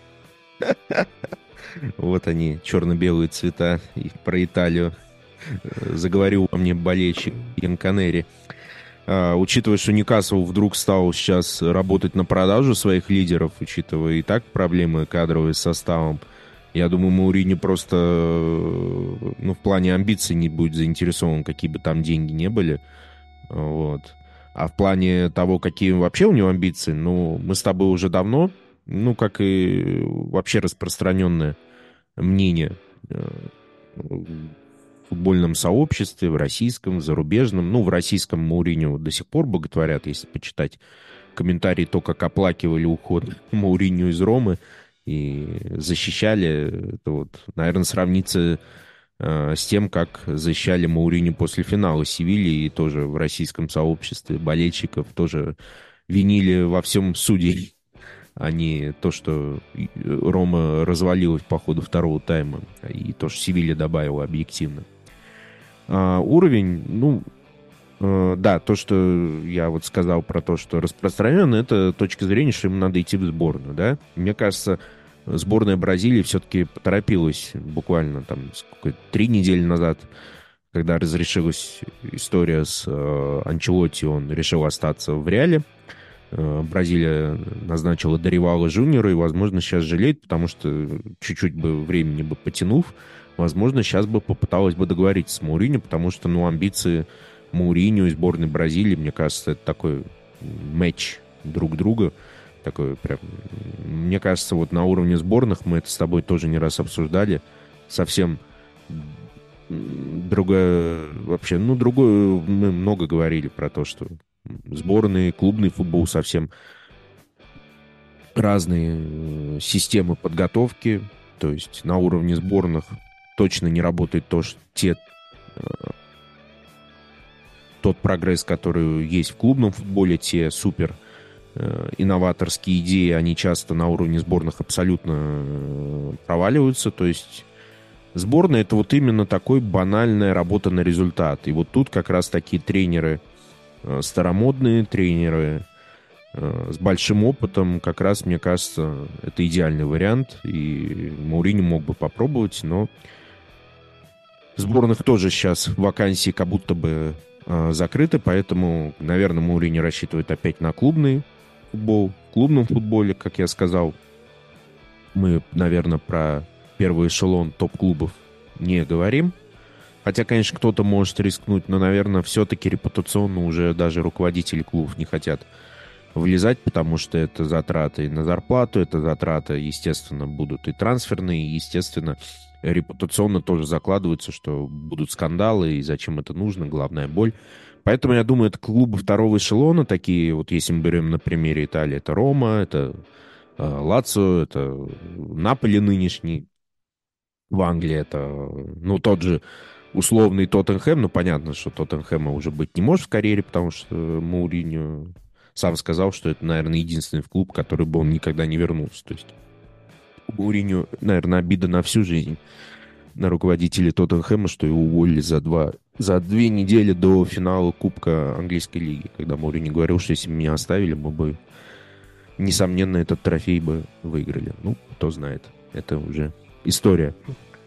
Вот они, черно-белые цвета, и про Италию заговорил во мне болельщик Янканери. Учитывая, что Ньюкасл вдруг стал сейчас работать на продажу своих лидеров, учитывая и так проблемы кадровые с составом, я думаю, Мауриньо просто, в плане амбиций не будет заинтересован, какие бы там деньги не были. Вот. А в плане того, какие вообще у него амбиции, мы с тобой уже давно, как и вообще распространенное мнение футбольном сообществе, в российском, в зарубежном. Ну, в российском Мауриньо до сих пор боготворят, если почитать комментарии, то, как оплакивали уход Мауриньо из Ромы и защищали. Это вот, наверное, сравнится с тем, как защищали Мауриньо после финала Севильи, и тоже в российском сообществе болельщиков тоже винили во всем судей, а не то, что Рома развалилась по ходу второго тайма, и то, что Севилья добавила объективно. Уровень, да, то, что я вот сказал про то, что распространено, это точка зрения, что ему надо идти в сборную, да. Мне кажется, сборная Бразилии все-таки поторопилась буквально там 3 недели назад, когда разрешилась история с Анчелотти, он решил остаться в Реале. Бразилия назначила Доривала Жуниора, и, возможно, сейчас жалеет, потому что чуть-чуть бы времени бы потянув, возможно, сейчас бы попыталась бы договориться с Мауриньо, потому что, амбиции Мауриньо и сборной Бразилии, мне кажется, это такой матч друг друга. Такой прям, мне кажется, вот на уровне сборных, мы это с тобой тоже не раз обсуждали, совсем другое, вообще, другое, мы много говорили про то, что сборные, клубный футбол совсем разные системы подготовки, то есть на уровне сборных точно не работает тот прогресс, который есть в клубном футболе, те супер инноваторские идеи, они часто на уровне сборных абсолютно проваливаются. То есть сборная — это вот именно такой банальная работа на результат. И вот тут как раз такие тренеры старомодные, тренеры с большим опытом, как раз, мне кажется, это идеальный вариант. И Мауриньо мог бы попробовать, но в сборных тоже сейчас вакансии как будто бы закрыты, поэтому, наверное, Мауриньо рассчитывает опять на клубный футбол. В клубном футболе, как я сказал, мы, наверное, про первый эшелон топ-клубов не говорим. Хотя, конечно, кто-то может рискнуть, но, наверное, все-таки репутационно уже даже руководители клубов не хотят влезать, потому что это затраты на зарплату, это затраты, естественно, будут и трансферные, и, естественно, репутационно тоже закладывается, что будут скандалы, и зачем это нужно, главная боль. Поэтому, я думаю, это клубы второго эшелона, такие, вот если мы берем на примере Италии, это Рома, это Лацио, это Наполи нынешний, в Англии это, тот же условный Тоттенхэм, понятно, что Тоттенхэма уже быть не может в карьере, потому что Мауриньо сам сказал, что это, наверное, единственный клуб, в который бы он никогда не вернулся. То есть у Мауриньо, наверное, обида на всю жизнь на руководителей Тоттенхэма, что его уволили за 2 недели до финала Кубка Английской лиги, когда Мауриньо говорил, что если бы меня оставили, мы бы, несомненно, этот трофей бы выиграли. Кто знает. Это уже история.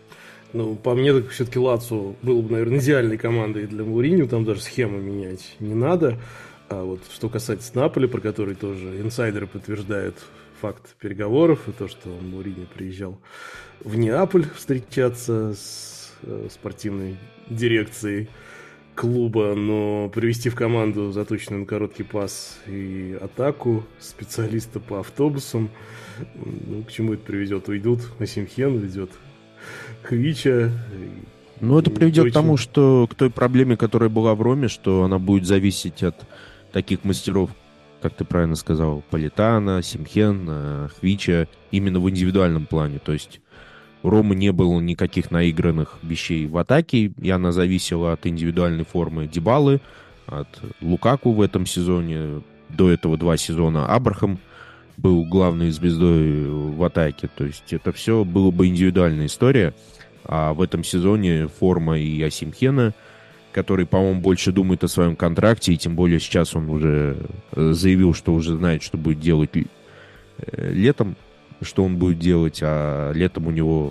По мне, так все-таки Лацио было бы, наверное, идеальной командой для Мауриньо, там даже схему менять не надо. А вот что касается Наполи, про который тоже инсайдеры подтверждают факт переговоров, и то, что Мауриньо приезжал в Неаполь встречаться с спортивной дирекцией клуба, но привести в команду заточенную на короткий пас и атаку специалиста по автобусам, к чему это приведет? Уйдут, Осимхен уйдет, Хвича. Это приведет к тому, что к той проблеме, которая была в Роме, что она будет зависеть от таких мастеров, как ты правильно сказал, Политана, Симхен, Хвича, именно в индивидуальном плане. То есть у Ромы не было никаких наигранных вещей в атаке, и она зависела от индивидуальной формы Дибалы, от Лукаку в этом сезоне. До этого 2 сезона Абрахам был главной звездой в атаке. То есть это все было бы индивидуальная история. А в этом сезоне форма и Осимхена, который, по-моему, больше думает о своем контракте, и тем более сейчас он уже заявил, что уже знает, что будет делать летом, что он будет делать, а летом у него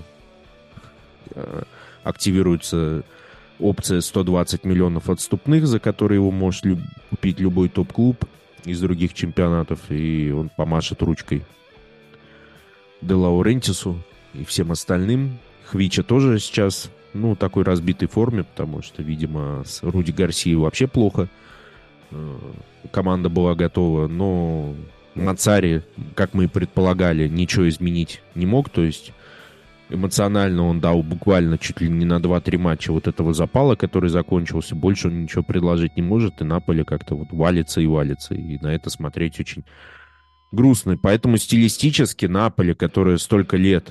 активируется опция 120 миллионов отступных, за которые его может купить любой топ-клуб из других чемпионатов, и он помашет ручкой Де Лаурентису и всем остальным. Хвича тоже сейчас, такой разбитой форме, потому что, видимо, с Руди Гарсией вообще плохо. Команда была готова, но Мацари, как мы и предполагали, ничего изменить не мог. То есть Эмоционально он дал буквально чуть ли не на 2-3 матча вот этого запала, который закончился. Больше он ничего предложить не может, и Наполе как-то вот валится и валится. И на это смотреть очень грустно. Поэтому стилистически Наполе, которое столько лет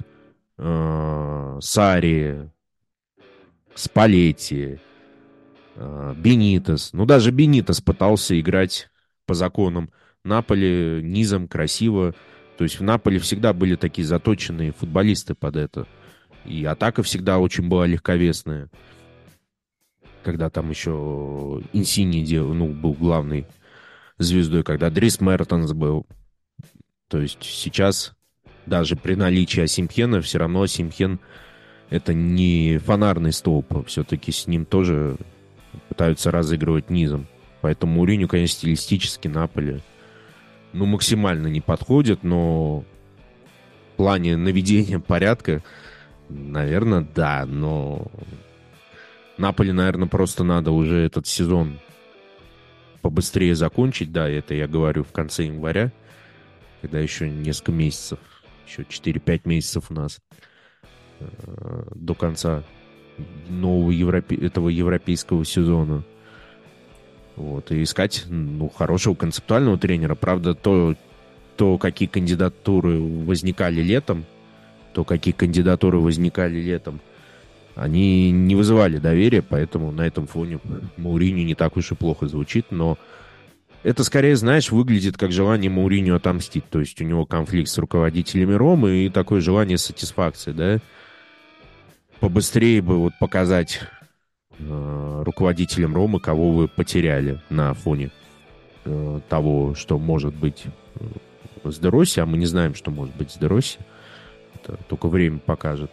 Сарри, Спалетти, Бенитес. Ну, даже Бенитес пытался играть по законам Наполи низом, красиво. То есть в Наполе всегда были такие заточенные футболисты под это. И атака всегда очень была легковесная. Когда там еще Инсини был главной звездой, когда Дрис Мертенс был. То есть сейчас даже при наличии Осимхена все равно Осимхен это не фонарный столб. Все-таки с ним тоже пытаются разыгрывать низом. Поэтому Мourinho, конечно, стилистически Наполе максимально не подходит, но в плане наведения порядка, наверное, да, но Наполе, наверное, просто надо уже этот сезон побыстрее закончить, да, это я говорю в конце января, когда еще несколько месяцев, еще 4-5 месяцев у нас до конца нового этого европейского сезона. Вот, и искать, хорошего концептуального тренера. Правда, то, какие кандидатуры возникали летом, они не вызывали доверия, поэтому на этом фоне Мауриньо не так уж и плохо звучит, но это скорее, знаешь, выглядит как желание Мауриньо отомстить. То есть у него конфликт с руководителями Ромы и такое желание сатисфакции, да? Побыстрее бы вот показать руководителям Ромы, кого вы потеряли на фоне того, что может быть с Де Росси, а мы не знаем, что может быть с Де Росси. Это только время покажет.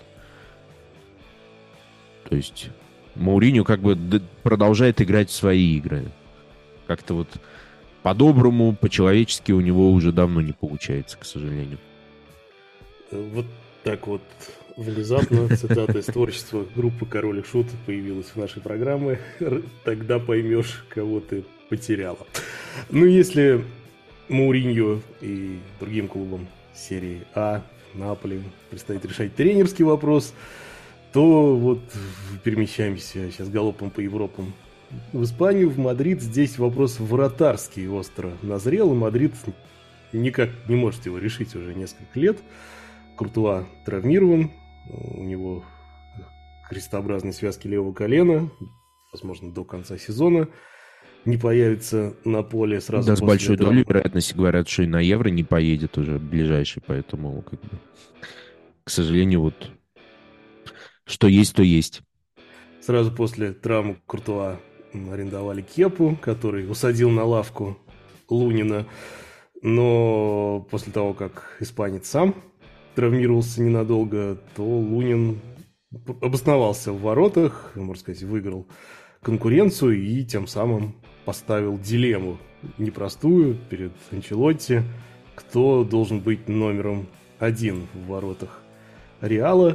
То есть Мауриньо как бы продолжает играть в свои игры. Как-то вот по-доброму, по-человечески у него уже давно не получается, к сожалению. Вот так вот внезапно цитата из творчества группы «Король и Шут» появилась в нашей программе. Тогда поймешь, кого ты потеряла. Ну, если Мауриньо и другим клубам серии А, Наполи, предстоит решать тренерский вопрос, то вот перемещаемся сейчас галопом по Европам в Испанию, в Мадрид. Здесь вопрос вратарский остро назрел, и Мадрид никак не может его решить уже несколько лет. Куртуа травмирован, у него крестообразные связки левого колена, возможно, до конца сезона не появится на поле сразу да, после с большой травмы. долей вероятности говорят, что и на Евро не поедет уже ближайший, поэтому, к сожалению, вот что есть, то есть. Сразу после травмы Куртуа арендовали Кепу, который усадил на лавку Лунина, но после того, как испанец сам травмировался ненадолго, то Лунин обосновался в воротах, можно сказать, выиграл конкуренцию и тем самым поставил дилемму непростую перед Анчелотти, кто должен быть номером 1 в воротах Реала.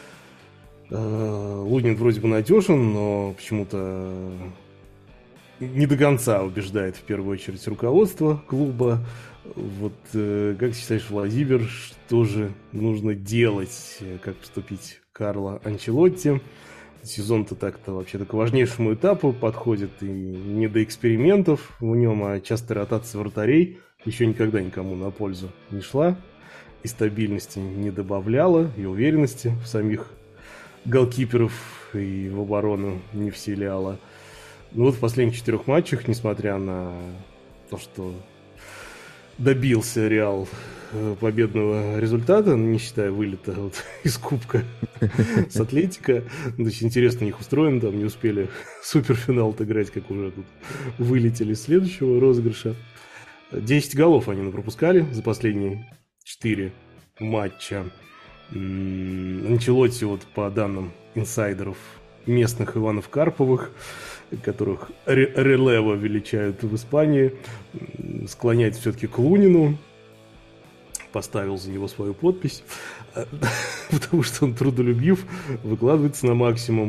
Лунин вроде бы надежен, но почему-то не до конца убеждает в первую очередь руководство клуба. Вот как считаешь, Владимир, что же нужно делать, как поступить Карло Анчелотти? Сезон-то так-то вообще-то к важнейшему этапу подходит, и не до экспериментов в нем, а частая ротация вратарей еще никогда никому на пользу не шла, и стабильности не добавляла, и уверенности в самих голкиперов и в оборону не вселяла. Ну вот в последних 4 матчах, несмотря на то, что добился Реал победного результата, не считая вылета вот из Кубка с Атлетико. Очень интересно у них устроено, там не успели суперфинал отыграть, как уже тут вылетели с следующего розыгрыша. 10 голов они пропускали за последние 4 матча. Анчелотти, вот по данным инсайдеров местных Иванов Карповых, которых Релево величают в Испании, склоняет все-таки к Лунину. Поставил за него свою подпись, потому что он трудолюбив, выкладывается на максимум,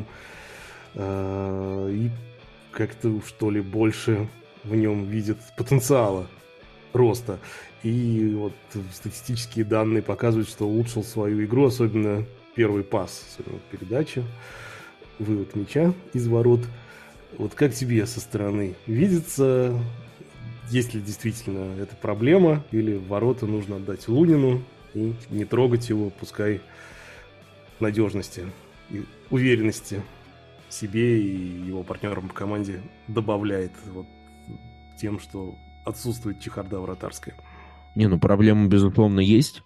и как-то, что ли, больше в нем видит потенциала роста. И вот статистические данные показывают, что улучшил свою игру, особенно первый пас передачи, вывод мяча из ворот. Вот как тебе со стороны видится, есть ли действительно эта проблема, или ворота нужно отдать Лунину и не трогать его, пускай надежности и уверенности себе и его партнерам по команде добавляет вот тем, что отсутствует чехарда вратарская. Не, ну проблема, безусловно, есть.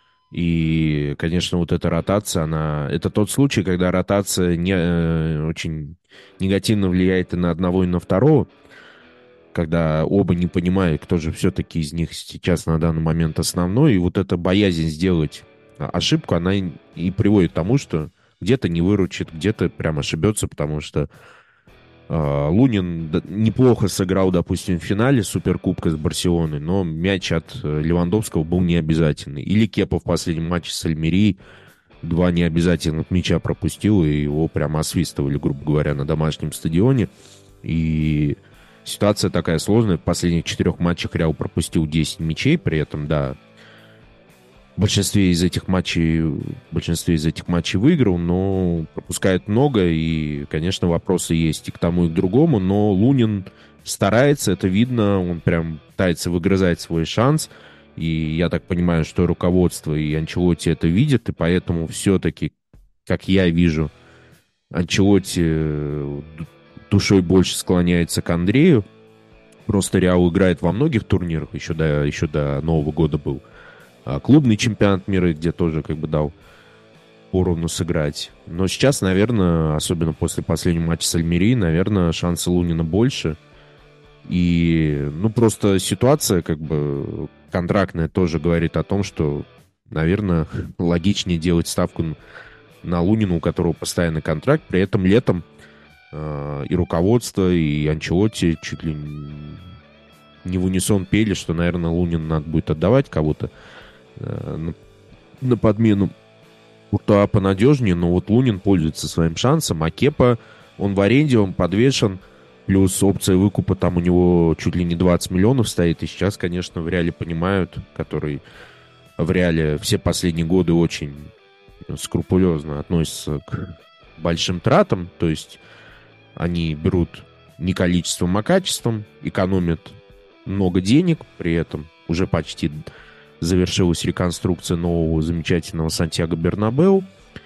И, конечно, вот эта ротация, это тот случай, когда ротация очень негативно влияет и на одного, и на второго, когда оба не понимают, кто же все-таки из них сейчас на данный момент основной, и вот эта боязнь сделать ошибку, она и приводит к тому, что где-то не выручит, где-то прям ошибется, потому что Лунин неплохо сыграл, допустим, в финале Суперкубка с Барселоной, но мяч от Левандовского был необязательный. Или Кепа в последнем матче с Альмерией 2 необязательных мяча пропустил, и его прямо освистывали, грубо говоря, на домашнем стадионе. И ситуация такая сложная. В последних 4 матчах Реал пропустил 10 мячей, при этом, да, в большинстве из этих матчей выиграл, но пропускает много, и, конечно, вопросы есть и к тому, и к другому, но Лунин старается, это видно, он прям пытается выгрызать свой шанс, и я так понимаю, что руководство и Анчелотти это видят, и поэтому все-таки, как я вижу, Анчелотти душой больше склоняется к Андрею, просто Реал играет во многих турнирах, еще до Нового года был, клубный чемпионат мира, где тоже как бы дал поровну сыграть. Но сейчас, наверное, особенно после последнего матча с Альмерией, наверное, шансы Лунина больше. И, ну, просто ситуация как бы контрактная тоже говорит о том, что, наверное, логичнее делать ставку на Лунина, у которого постоянный контракт. При этом летом и руководство, и Анчелотти чуть ли не в унисон пели, что, наверное, Лунину надо будет отдавать кого-то на подмену. Куртуа понадежнее, но вот Лунин пользуется своим шансом, а Кепа, он в аренде, он подвешен, плюс опция выкупа там у него чуть ли не 20 миллионов стоит, и сейчас, конечно, в Реале понимают, которые в Реале все последние годы очень скрупулезно относятся к большим тратам, то есть они берут не количеством, а качеством, экономят много денег, при этом уже почти завершилась реконструкция нового замечательного Сантьяго Бернабеу.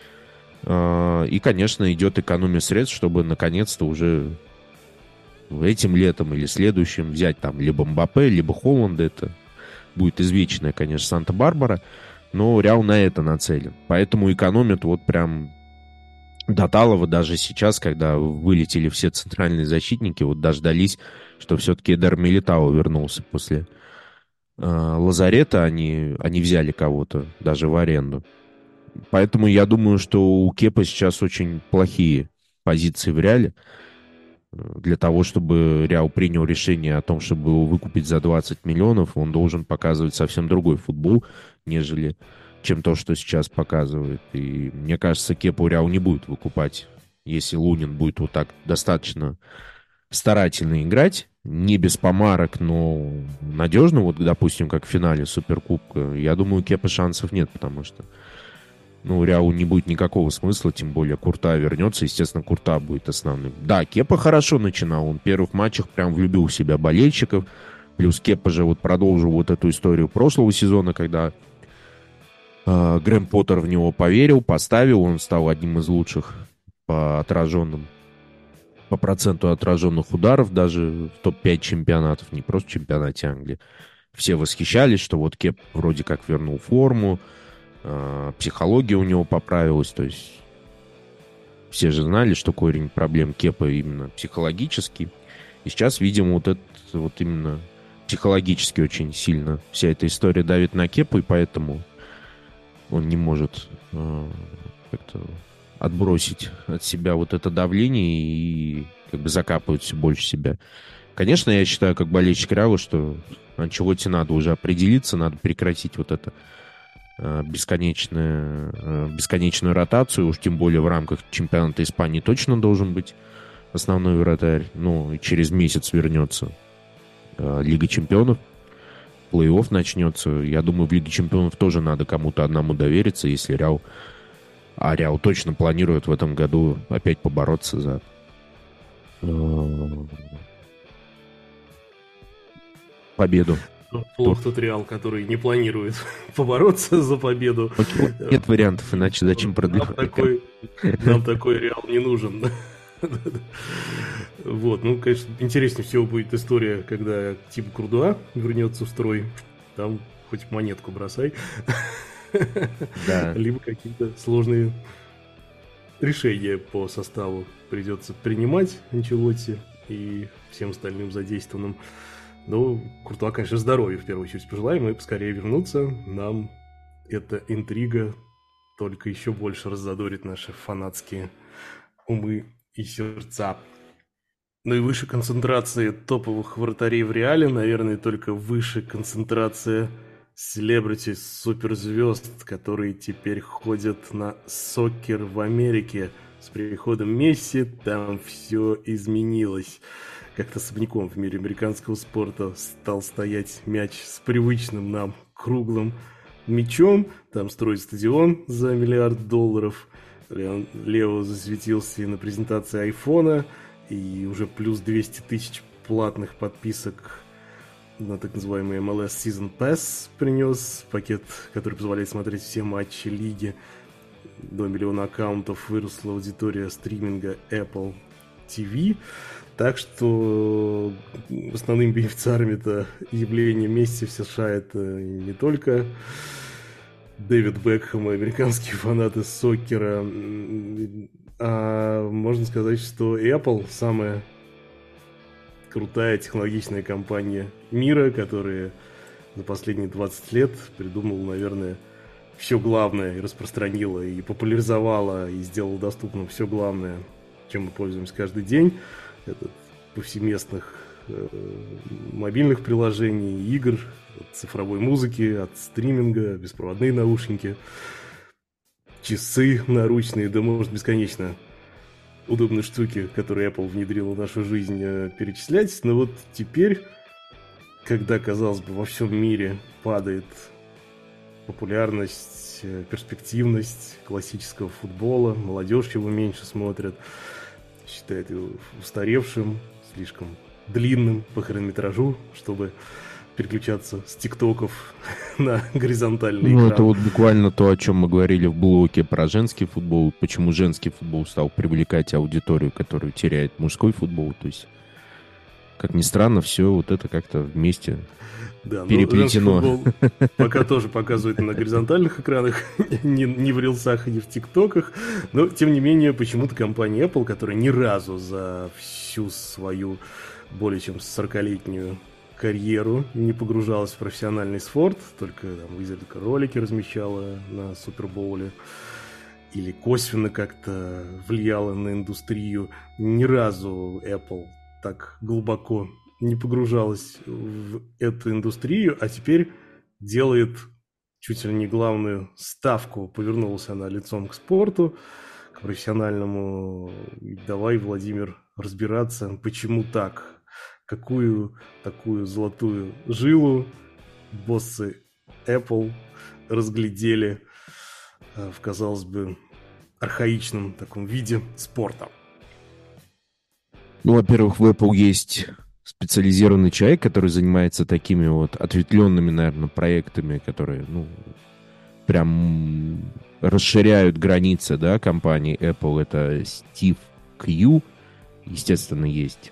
И, конечно, идет экономия средств, чтобы наконец-то уже этим летом или следующим взять там либо Мбаппе, либо Холланда. Это будет извечная, конечно, Санта-Барбара. Но Реал на это нацелен. Поэтому экономят вот прям до талого даже сейчас, когда вылетели все центральные защитники, вот дождались, что все-таки Эдер Милитао вернулся после лазарета, они взяли кого-то даже в аренду. Поэтому я думаю, что у Кепа сейчас очень плохие позиции в Реале. Для того, чтобы Реал принял решение о том, чтобы его выкупить за 20 миллионов, он должен показывать совсем другой футбол, нежели чем то, что сейчас показывает. И мне кажется, Кепу Реал не будет выкупать, если Лунин будет вот так достаточно старательно играть, не без помарок, но надежно, вот, допустим, как в финале Суперкубка. Я думаю, у Кепа шансов нет, потому что Реалу не будет никакого смысла, тем более Куртуа вернется, естественно, Куртуа будет основным. Да, Кепа хорошо начинал, он в первых матчах прям влюбил в себя болельщиков, плюс Кепа же вот продолжил вот эту историю прошлого сезона, когда Грэм Поттер в него поверил, поставил, он стал одним из лучших по проценту отраженных ударов даже в топ-5 чемпионатов, не просто в чемпионате Англии. Все восхищались, что вот Кеп вроде как вернул форму, психология у него поправилась, то есть все же знали, что корень проблем Кепа именно психологический. И сейчас, видимо, вот это вот именно психологически очень сильно вся эта история давит на Кепу, и поэтому он не может как-то отбросить от себя вот это давление и как бы закапывать все больше себя. Конечно, я считаю, как болельщик Реала, что Анчелотти надо уже определиться, надо прекратить вот это бесконечную ротацию, уж тем более в рамках чемпионата Испании точно должен быть основной вратарь. И через месяц вернется Лига чемпионов, плей-офф начнется. Я думаю, в Лиге чемпионов тоже надо кому-то одному довериться, если Реал А Реал точно планирует в этом году опять побороться за победу. Плох тот Реал, который не планирует побороться за победу. Нет вариантов, иначе зачем продлевать? Нам такой Реал не нужен. Вот, ну, конечно, интереснее всего будет история, когда Тим Куртуа вернется в строй. Там хоть монетку бросай. Да. Либо какие-то сложные решения по составу придется принимать Анчелотти и всем остальным задействованным. Но Куртуа, конечно, здоровья в первую очередь пожелаем, и поскорее вернуться. Нам эта интрига только еще больше раззадорит наши фанатские умы и сердца. Ну и выше концентрации топовых вратарей в Реале, наверное, только выше концентрация селебрити, суперзвезд, которые теперь ходят на сокер в Америке. С приходом Месси там все изменилось. Как-то особняком в мире американского спорта стал стоять мяч с привычным нам круглым мячом. Там строить стадион за $1 миллиард. Лео засветился и на презентации айфона, и уже плюс 200 тысяч платных подписок на так называемый MLS Season Pass принес. Пакет, который позволяет смотреть все матчи лиги. До 1 миллиона аккаунтов выросла аудитория стриминга Apple TV. Так что основными бенефициарами-то явления Месси в США это не только Дэвид Бекхэм и американские фанаты сокера, а можно сказать, что Apple самая крутая технологичная компания мира, которая за последние 20 лет придумала, наверное, все главное и распространила, и популяризовала, и сделала доступным все главное, чем мы пользуемся каждый день. Это повсеместных мобильных приложений, игр, от цифровой музыки, от стриминга, беспроводные наушники, часы наручные, да может бесконечно удобные штуки, которые Apple внедрила в нашу жизнь, перечислять. Но вот теперь, когда, казалось бы, во всем мире падает популярность, перспективность классического футбола, молодежь его меньше смотрит, считает его устаревшим, слишком длинным по хронометражу, чтобы переключаться с тиктоков на горизонтальный экран. Ну, это вот буквально то, о чем мы говорили в блоке про женский футбол, почему женский футбол стал привлекать аудиторию, которую теряет мужской футбол. То есть, как ни странно, все вот это как-то вместе переплетено. Футбол пока тоже показывают на горизонтальных экранах, не в рилсах и не в тиктоках, но, тем не менее, почему-то компания Apple, которая ни разу за всю свою более чем 40-летнюю карьеру не погружалась в профессиональный спорт, только там изредка ролики размещала на Супербоуле или косвенно как-то влияла на индустрию. Ни разу Apple так глубоко не погружалась в эту индустрию, а теперь делает чуть ли не главную ставку. Повернулась она лицом к спорту, к профессиональному. И давай, Владимир, разбираться, почему так. Какую такую золотую жилу боссы Apple разглядели в, казалось бы, архаичном таком виде спорта. Ну, во-первых, в Apple есть специализированный человек, который занимается такими вот ответвленными, наверное, проектами, которые, ну, прям расширяют границы, да, компании Apple. Это Стив Кью, естественно, есть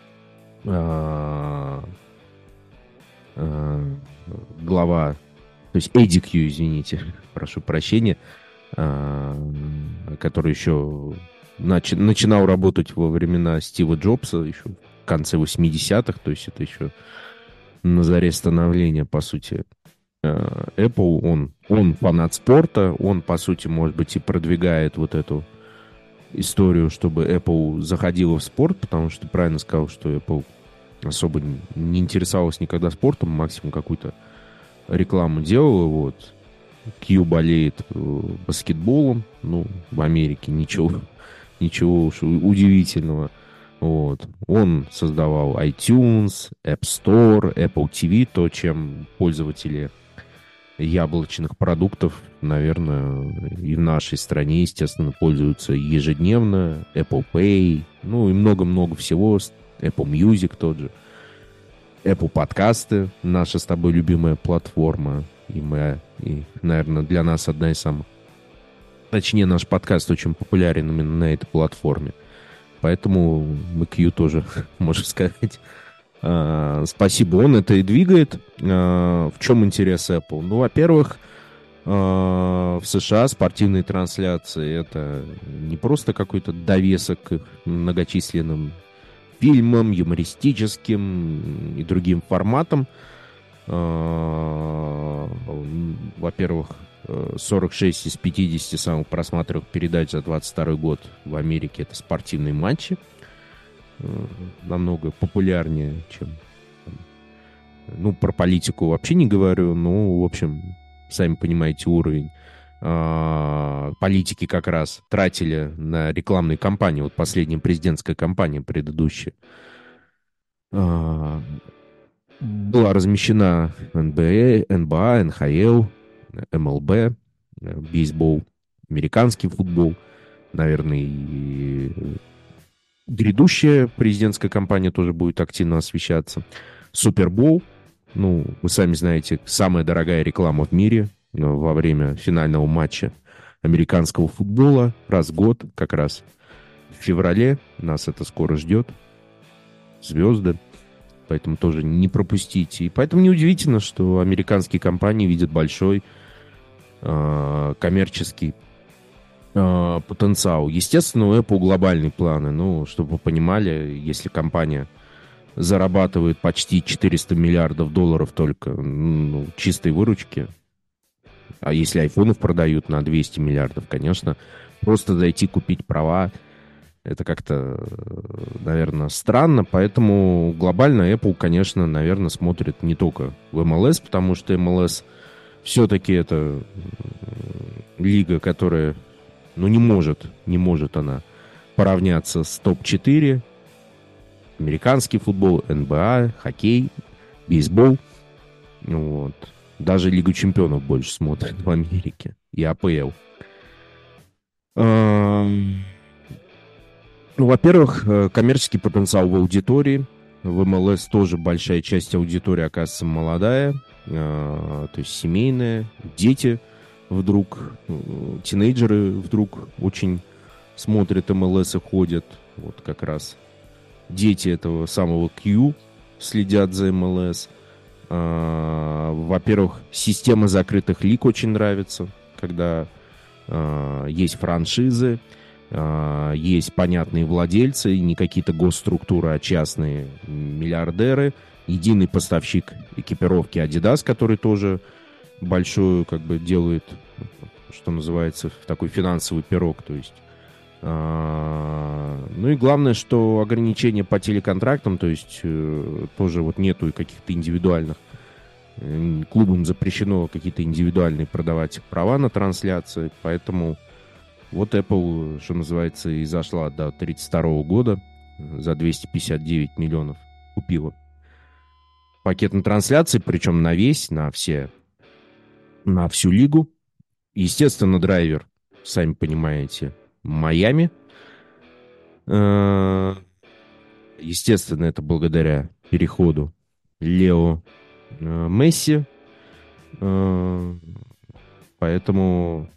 глава, то есть Эдди Кью, извините, прошу прощения, который еще начинал работать во времена Стива Джобса, еще в конце 80-х, то есть это еще на заре становления, по сути, Apple. Он фанат спорта, он, по сути, может быть, и продвигает вот эту историю, чтобы Apple заходила в спорт, потому что ты правильно сказал, что Apple особо не интересовалась никогда спортом, максимум какую-то рекламу делала, вот. Кью болеет баскетболом, ну, в Америке ничего уж удивительного. Вот. Он создавал iTunes, App Store, Apple TV, то, чем пользователи яблочных продуктов, наверное, и в нашей стране, естественно, пользуются ежедневно. Apple Pay, ну и много-много всего. Apple Music тот же. Apple подкасты, наша с тобой любимая платформа. И, наверное, для нас одна из самых... Точнее, наш подкаст очень популярен именно на этой платформе. Поэтому мы Q тоже, можно сказать... Спасибо, он это и двигает. В чем интерес Apple? Ну, во-первых, в США спортивные трансляции — это не просто какой-то довесок к многочисленным фильмам, юмористическим и другим форматам. Во-первых, 46 из 50 самых просматриваемых передач за 22 год в Америке — это спортивные матчи. Намного популярнее, чем... Ну, про политику вообще не говорю. Ну, в общем, сами понимаете уровень. Политики как раз тратили на рекламные кампании. Вот последняя президентская кампания предыдущая. Была размещена НБА, НХЛ, МЛБ, бейсбол, американский футбол. Наверное, и грядущая президентская кампания тоже будет активно освещаться. Супербол, ну, вы сами знаете, самая дорогая реклама в мире во время финального матча американского футбола. Раз в год, как раз в феврале. Нас это скоро ждет. Звезды. Поэтому тоже не пропустите. И поэтому неудивительно, что американские компании видят большой коммерческий потенциал. Естественно, у Apple глобальные планы. Ну, чтобы вы понимали, если компания зарабатывает почти 400 миллиардов долларов только чистой выручки, а если айфонов продают на 200 миллиардов, конечно, просто зайти купить права, это как-то, наверное, странно. Поэтому глобально Apple, конечно, наверное, смотрит не только в MLS, потому что MLS все-таки это лига, которая не может она поравняться с топ-4. Американский футбол, НБА, хоккей, бейсбол. Вот. Даже Лигу чемпионов больше смотрят в Америке. И АПЛ. Во-первых, коммерческий потенциал в аудитории. В МЛС тоже большая часть аудитории, оказывается, молодая. То есть семейная. Дети вдруг, тинейджеры вдруг очень смотрят МЛС и ходят. Вот как раз дети этого самого Q следят за МЛС. Во-первых, система закрытых лиг очень нравится, когда есть франшизы, есть понятные владельцы, не какие-то госструктуры, а частные миллиардеры. Единый поставщик экипировки Adidas, который тоже большой, делает, что называется, такой финансовый пирог. То есть, ну и главное, что ограничения по телеконтрактам, то есть тоже нету каких-то индивидуальных. Клубам запрещено какие-то индивидуальные продавать права на трансляции, поэтому вот Apple, что называется, и зашла до 1932 года, за 259 миллионов купила пакет на трансляции, причем на всю лигу. Естественно, драйвер, сами понимаете, Майами. Естественно, это благодаря переходу Лео Месси. Поэтому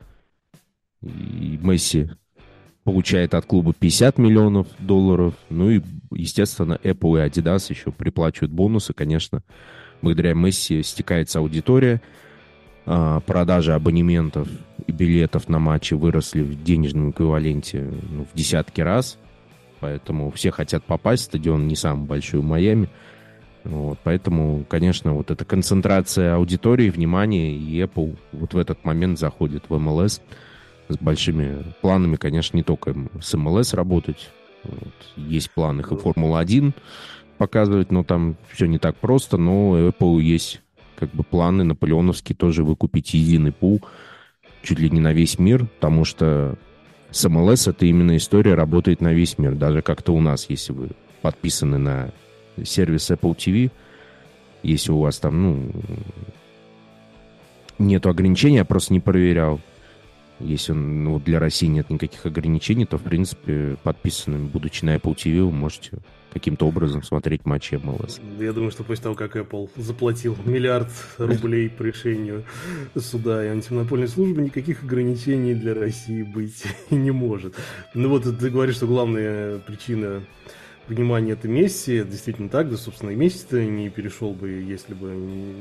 и Месси получает от клуба 50 миллионов долларов. Ну и, естественно, Apple и Adidas еще приплачивают бонусы. Конечно, благодаря Месси стекается аудитория. Продажи абонементов и билетов на матчи выросли в денежном эквиваленте в десятки раз. Поэтому все хотят попасть. Стадион не самый большой в Майами. Вот, поэтому, конечно, вот эта концентрация аудитории, внимания, и Apple вот в этот момент заходит в MLS с большими планами, конечно, не только с MLS работать. Вот, есть планы и Формула-1 показывать, но там все не так просто, но у Apple есть планы наполеоновские тоже выкупить единый пул чуть ли не на весь мир, потому что с MLS это именно история работает на весь мир. Даже как-то у нас, если вы подписаны на сервис Apple TV, если у вас там, нету ограничений, я просто не проверял. Если для России нет никаких ограничений, то, в принципе, подписанным, будучи на Apple TV, вы можете каким-то образом смотреть матчи МЛС. Я думаю, что после того, как Apple заплатил $1 миллиард рублей по решению суда и антимонопольной службы, никаких ограничений для России быть не может. Ну вот ты говоришь, что главная причина внимания — это Месси. Это действительно так, да, собственно, и Месси-то не перешел бы, если бы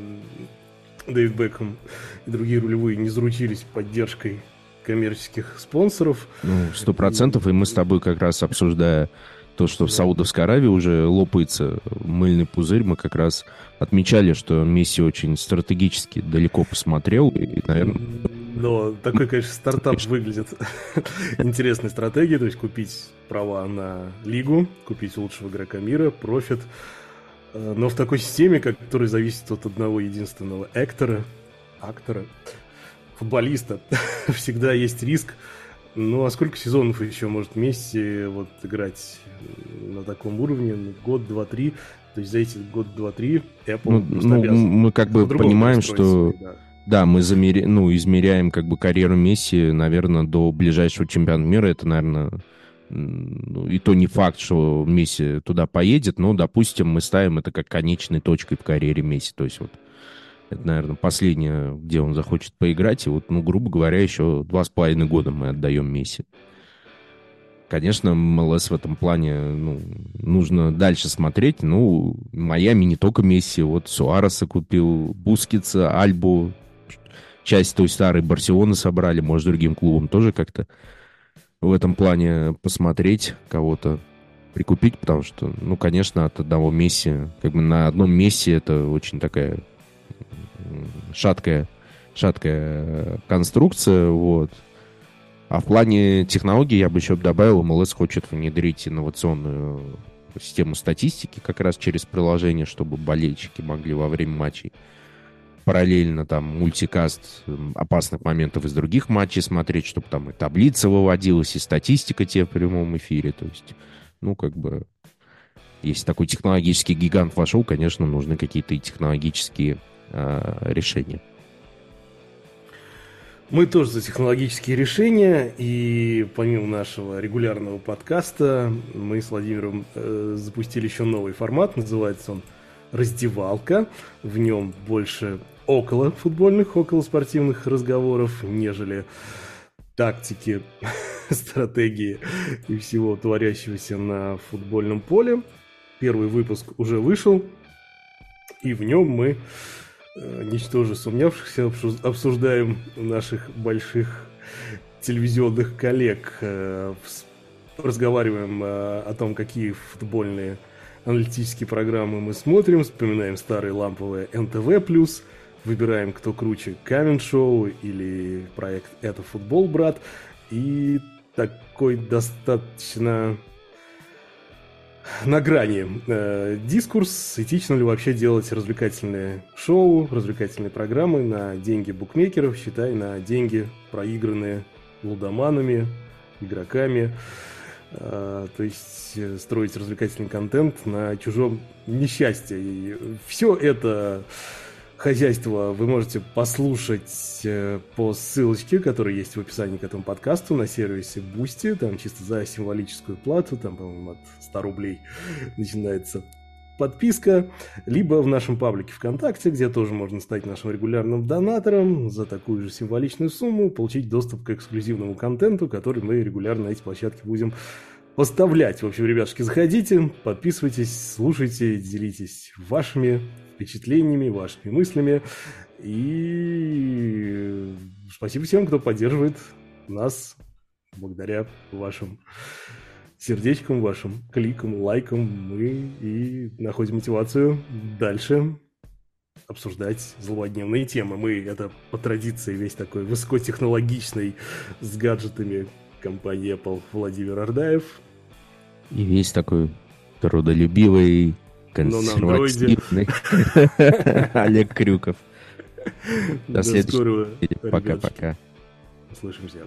Дэвид Бекхэм и другие рулевые не заручились поддержкой коммерческих спонсоров. 100%, и мы с тобой как раз, обсуждая то, что в Саудовской Аравии уже лопается мыльный пузырь, мы как раз отмечали, что Месси очень стратегически далеко посмотрел, и, наверное... Но такой, конечно, стартап выглядит интересной стратегией, то есть купить права на лигу, купить лучшего игрока мира, профит, но в такой системе, которая зависит от одного единственного актора, футболиста, всегда есть риск. Ну, а сколько сезонов еще может Месси вот играть на таком уровне? Год, два, три. То есть за эти год, два, три Apple мы как бы понимаем, что... Да, мы измеряем как бы карьеру Месси, наверное, до ближайшего чемпионата мира. Это, наверное, и то не факт, что Месси туда поедет, но, допустим, мы ставим это как конечной точкой в карьере Месси. То есть вот это, наверное, последнее, где он захочет поиграть. И вот, грубо говоря, еще 2,5 года мы отдаем Месси. Конечно, МЛС в этом плане, нужно дальше смотреть. Майами не только Месси. Вот Суареса купил, Бускетса, Альбу. Часть той старой Барселоны собрали. Может, другим клубам тоже как-то в этом плане посмотреть, кого-то прикупить. Потому что, конечно, от одного Месси, как бы на одном Месси это очень такая... шаткая конструкция, вот. А в плане технологий я бы еще добавил, МЛС хочет внедрить инновационную систему статистики как раз через приложение, чтобы болельщики могли во время матчей параллельно там мультикаст опасных моментов из других матчей смотреть, чтобы там и таблица выводилась, и статистика те в прямом эфире. То есть, если такой технологический гигант вошел, конечно, нужны какие-то и технологические решения. Мы тоже за технологические решения, и помимо нашего регулярного подкаста мы с Владимиром запустили еще новый формат, называется он «Раздевалка». В нем больше около спортивных разговоров, нежели тактики, стратегии и всего творящегося на футбольном поле. Первый выпуск уже вышел, и в нем мы, ничтоже сумнявшихся, обсуждаем наших больших телевизионных коллег. Разговариваем о том, какие футбольные аналитические программы мы смотрим, вспоминаем старые ламповые НТВ+, выбираем, кто круче, Камен Шоу или проект «Это футбол, брат». И такой достаточно... на грани дискурс, этично ли вообще делать развлекательные шоу, развлекательные программы на деньги букмекеров, считай, на деньги, проигранные лудоманами, игроками. То есть строить развлекательный контент на чужом несчастье. И все это хозяйство вы можете послушать по ссылочке, которая есть в описании к этому подкасту на сервисе Boosty. Там чисто за символическую плату, там, по-моему, от 100 рублей начинается подписка. Либо в нашем паблике ВКонтакте, где тоже можно стать нашим регулярным донатором за такую же символичную сумму, получить доступ к эксклюзивному контенту, который мы регулярно на эти площадки будем поставлять. В общем, ребятушки, заходите, подписывайтесь, слушайте, делитесь вашими впечатлениями, вашими мыслями. И спасибо всем, кто поддерживает нас благодаря вашим сердечкам, вашим кликам, лайкам. Мы и находим мотивацию дальше обсуждать злободневные темы. Мы, это по традиции, весь такой высокотехнологичный, с гаджетами компании Apple Владимир Ордаев. И весь такой трудолюбивый, консервативный Олег Крюков. До следующего. Пока-пока. Услышимся.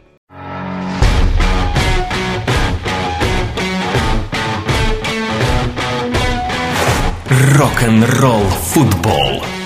Рок-н-ролл футбол.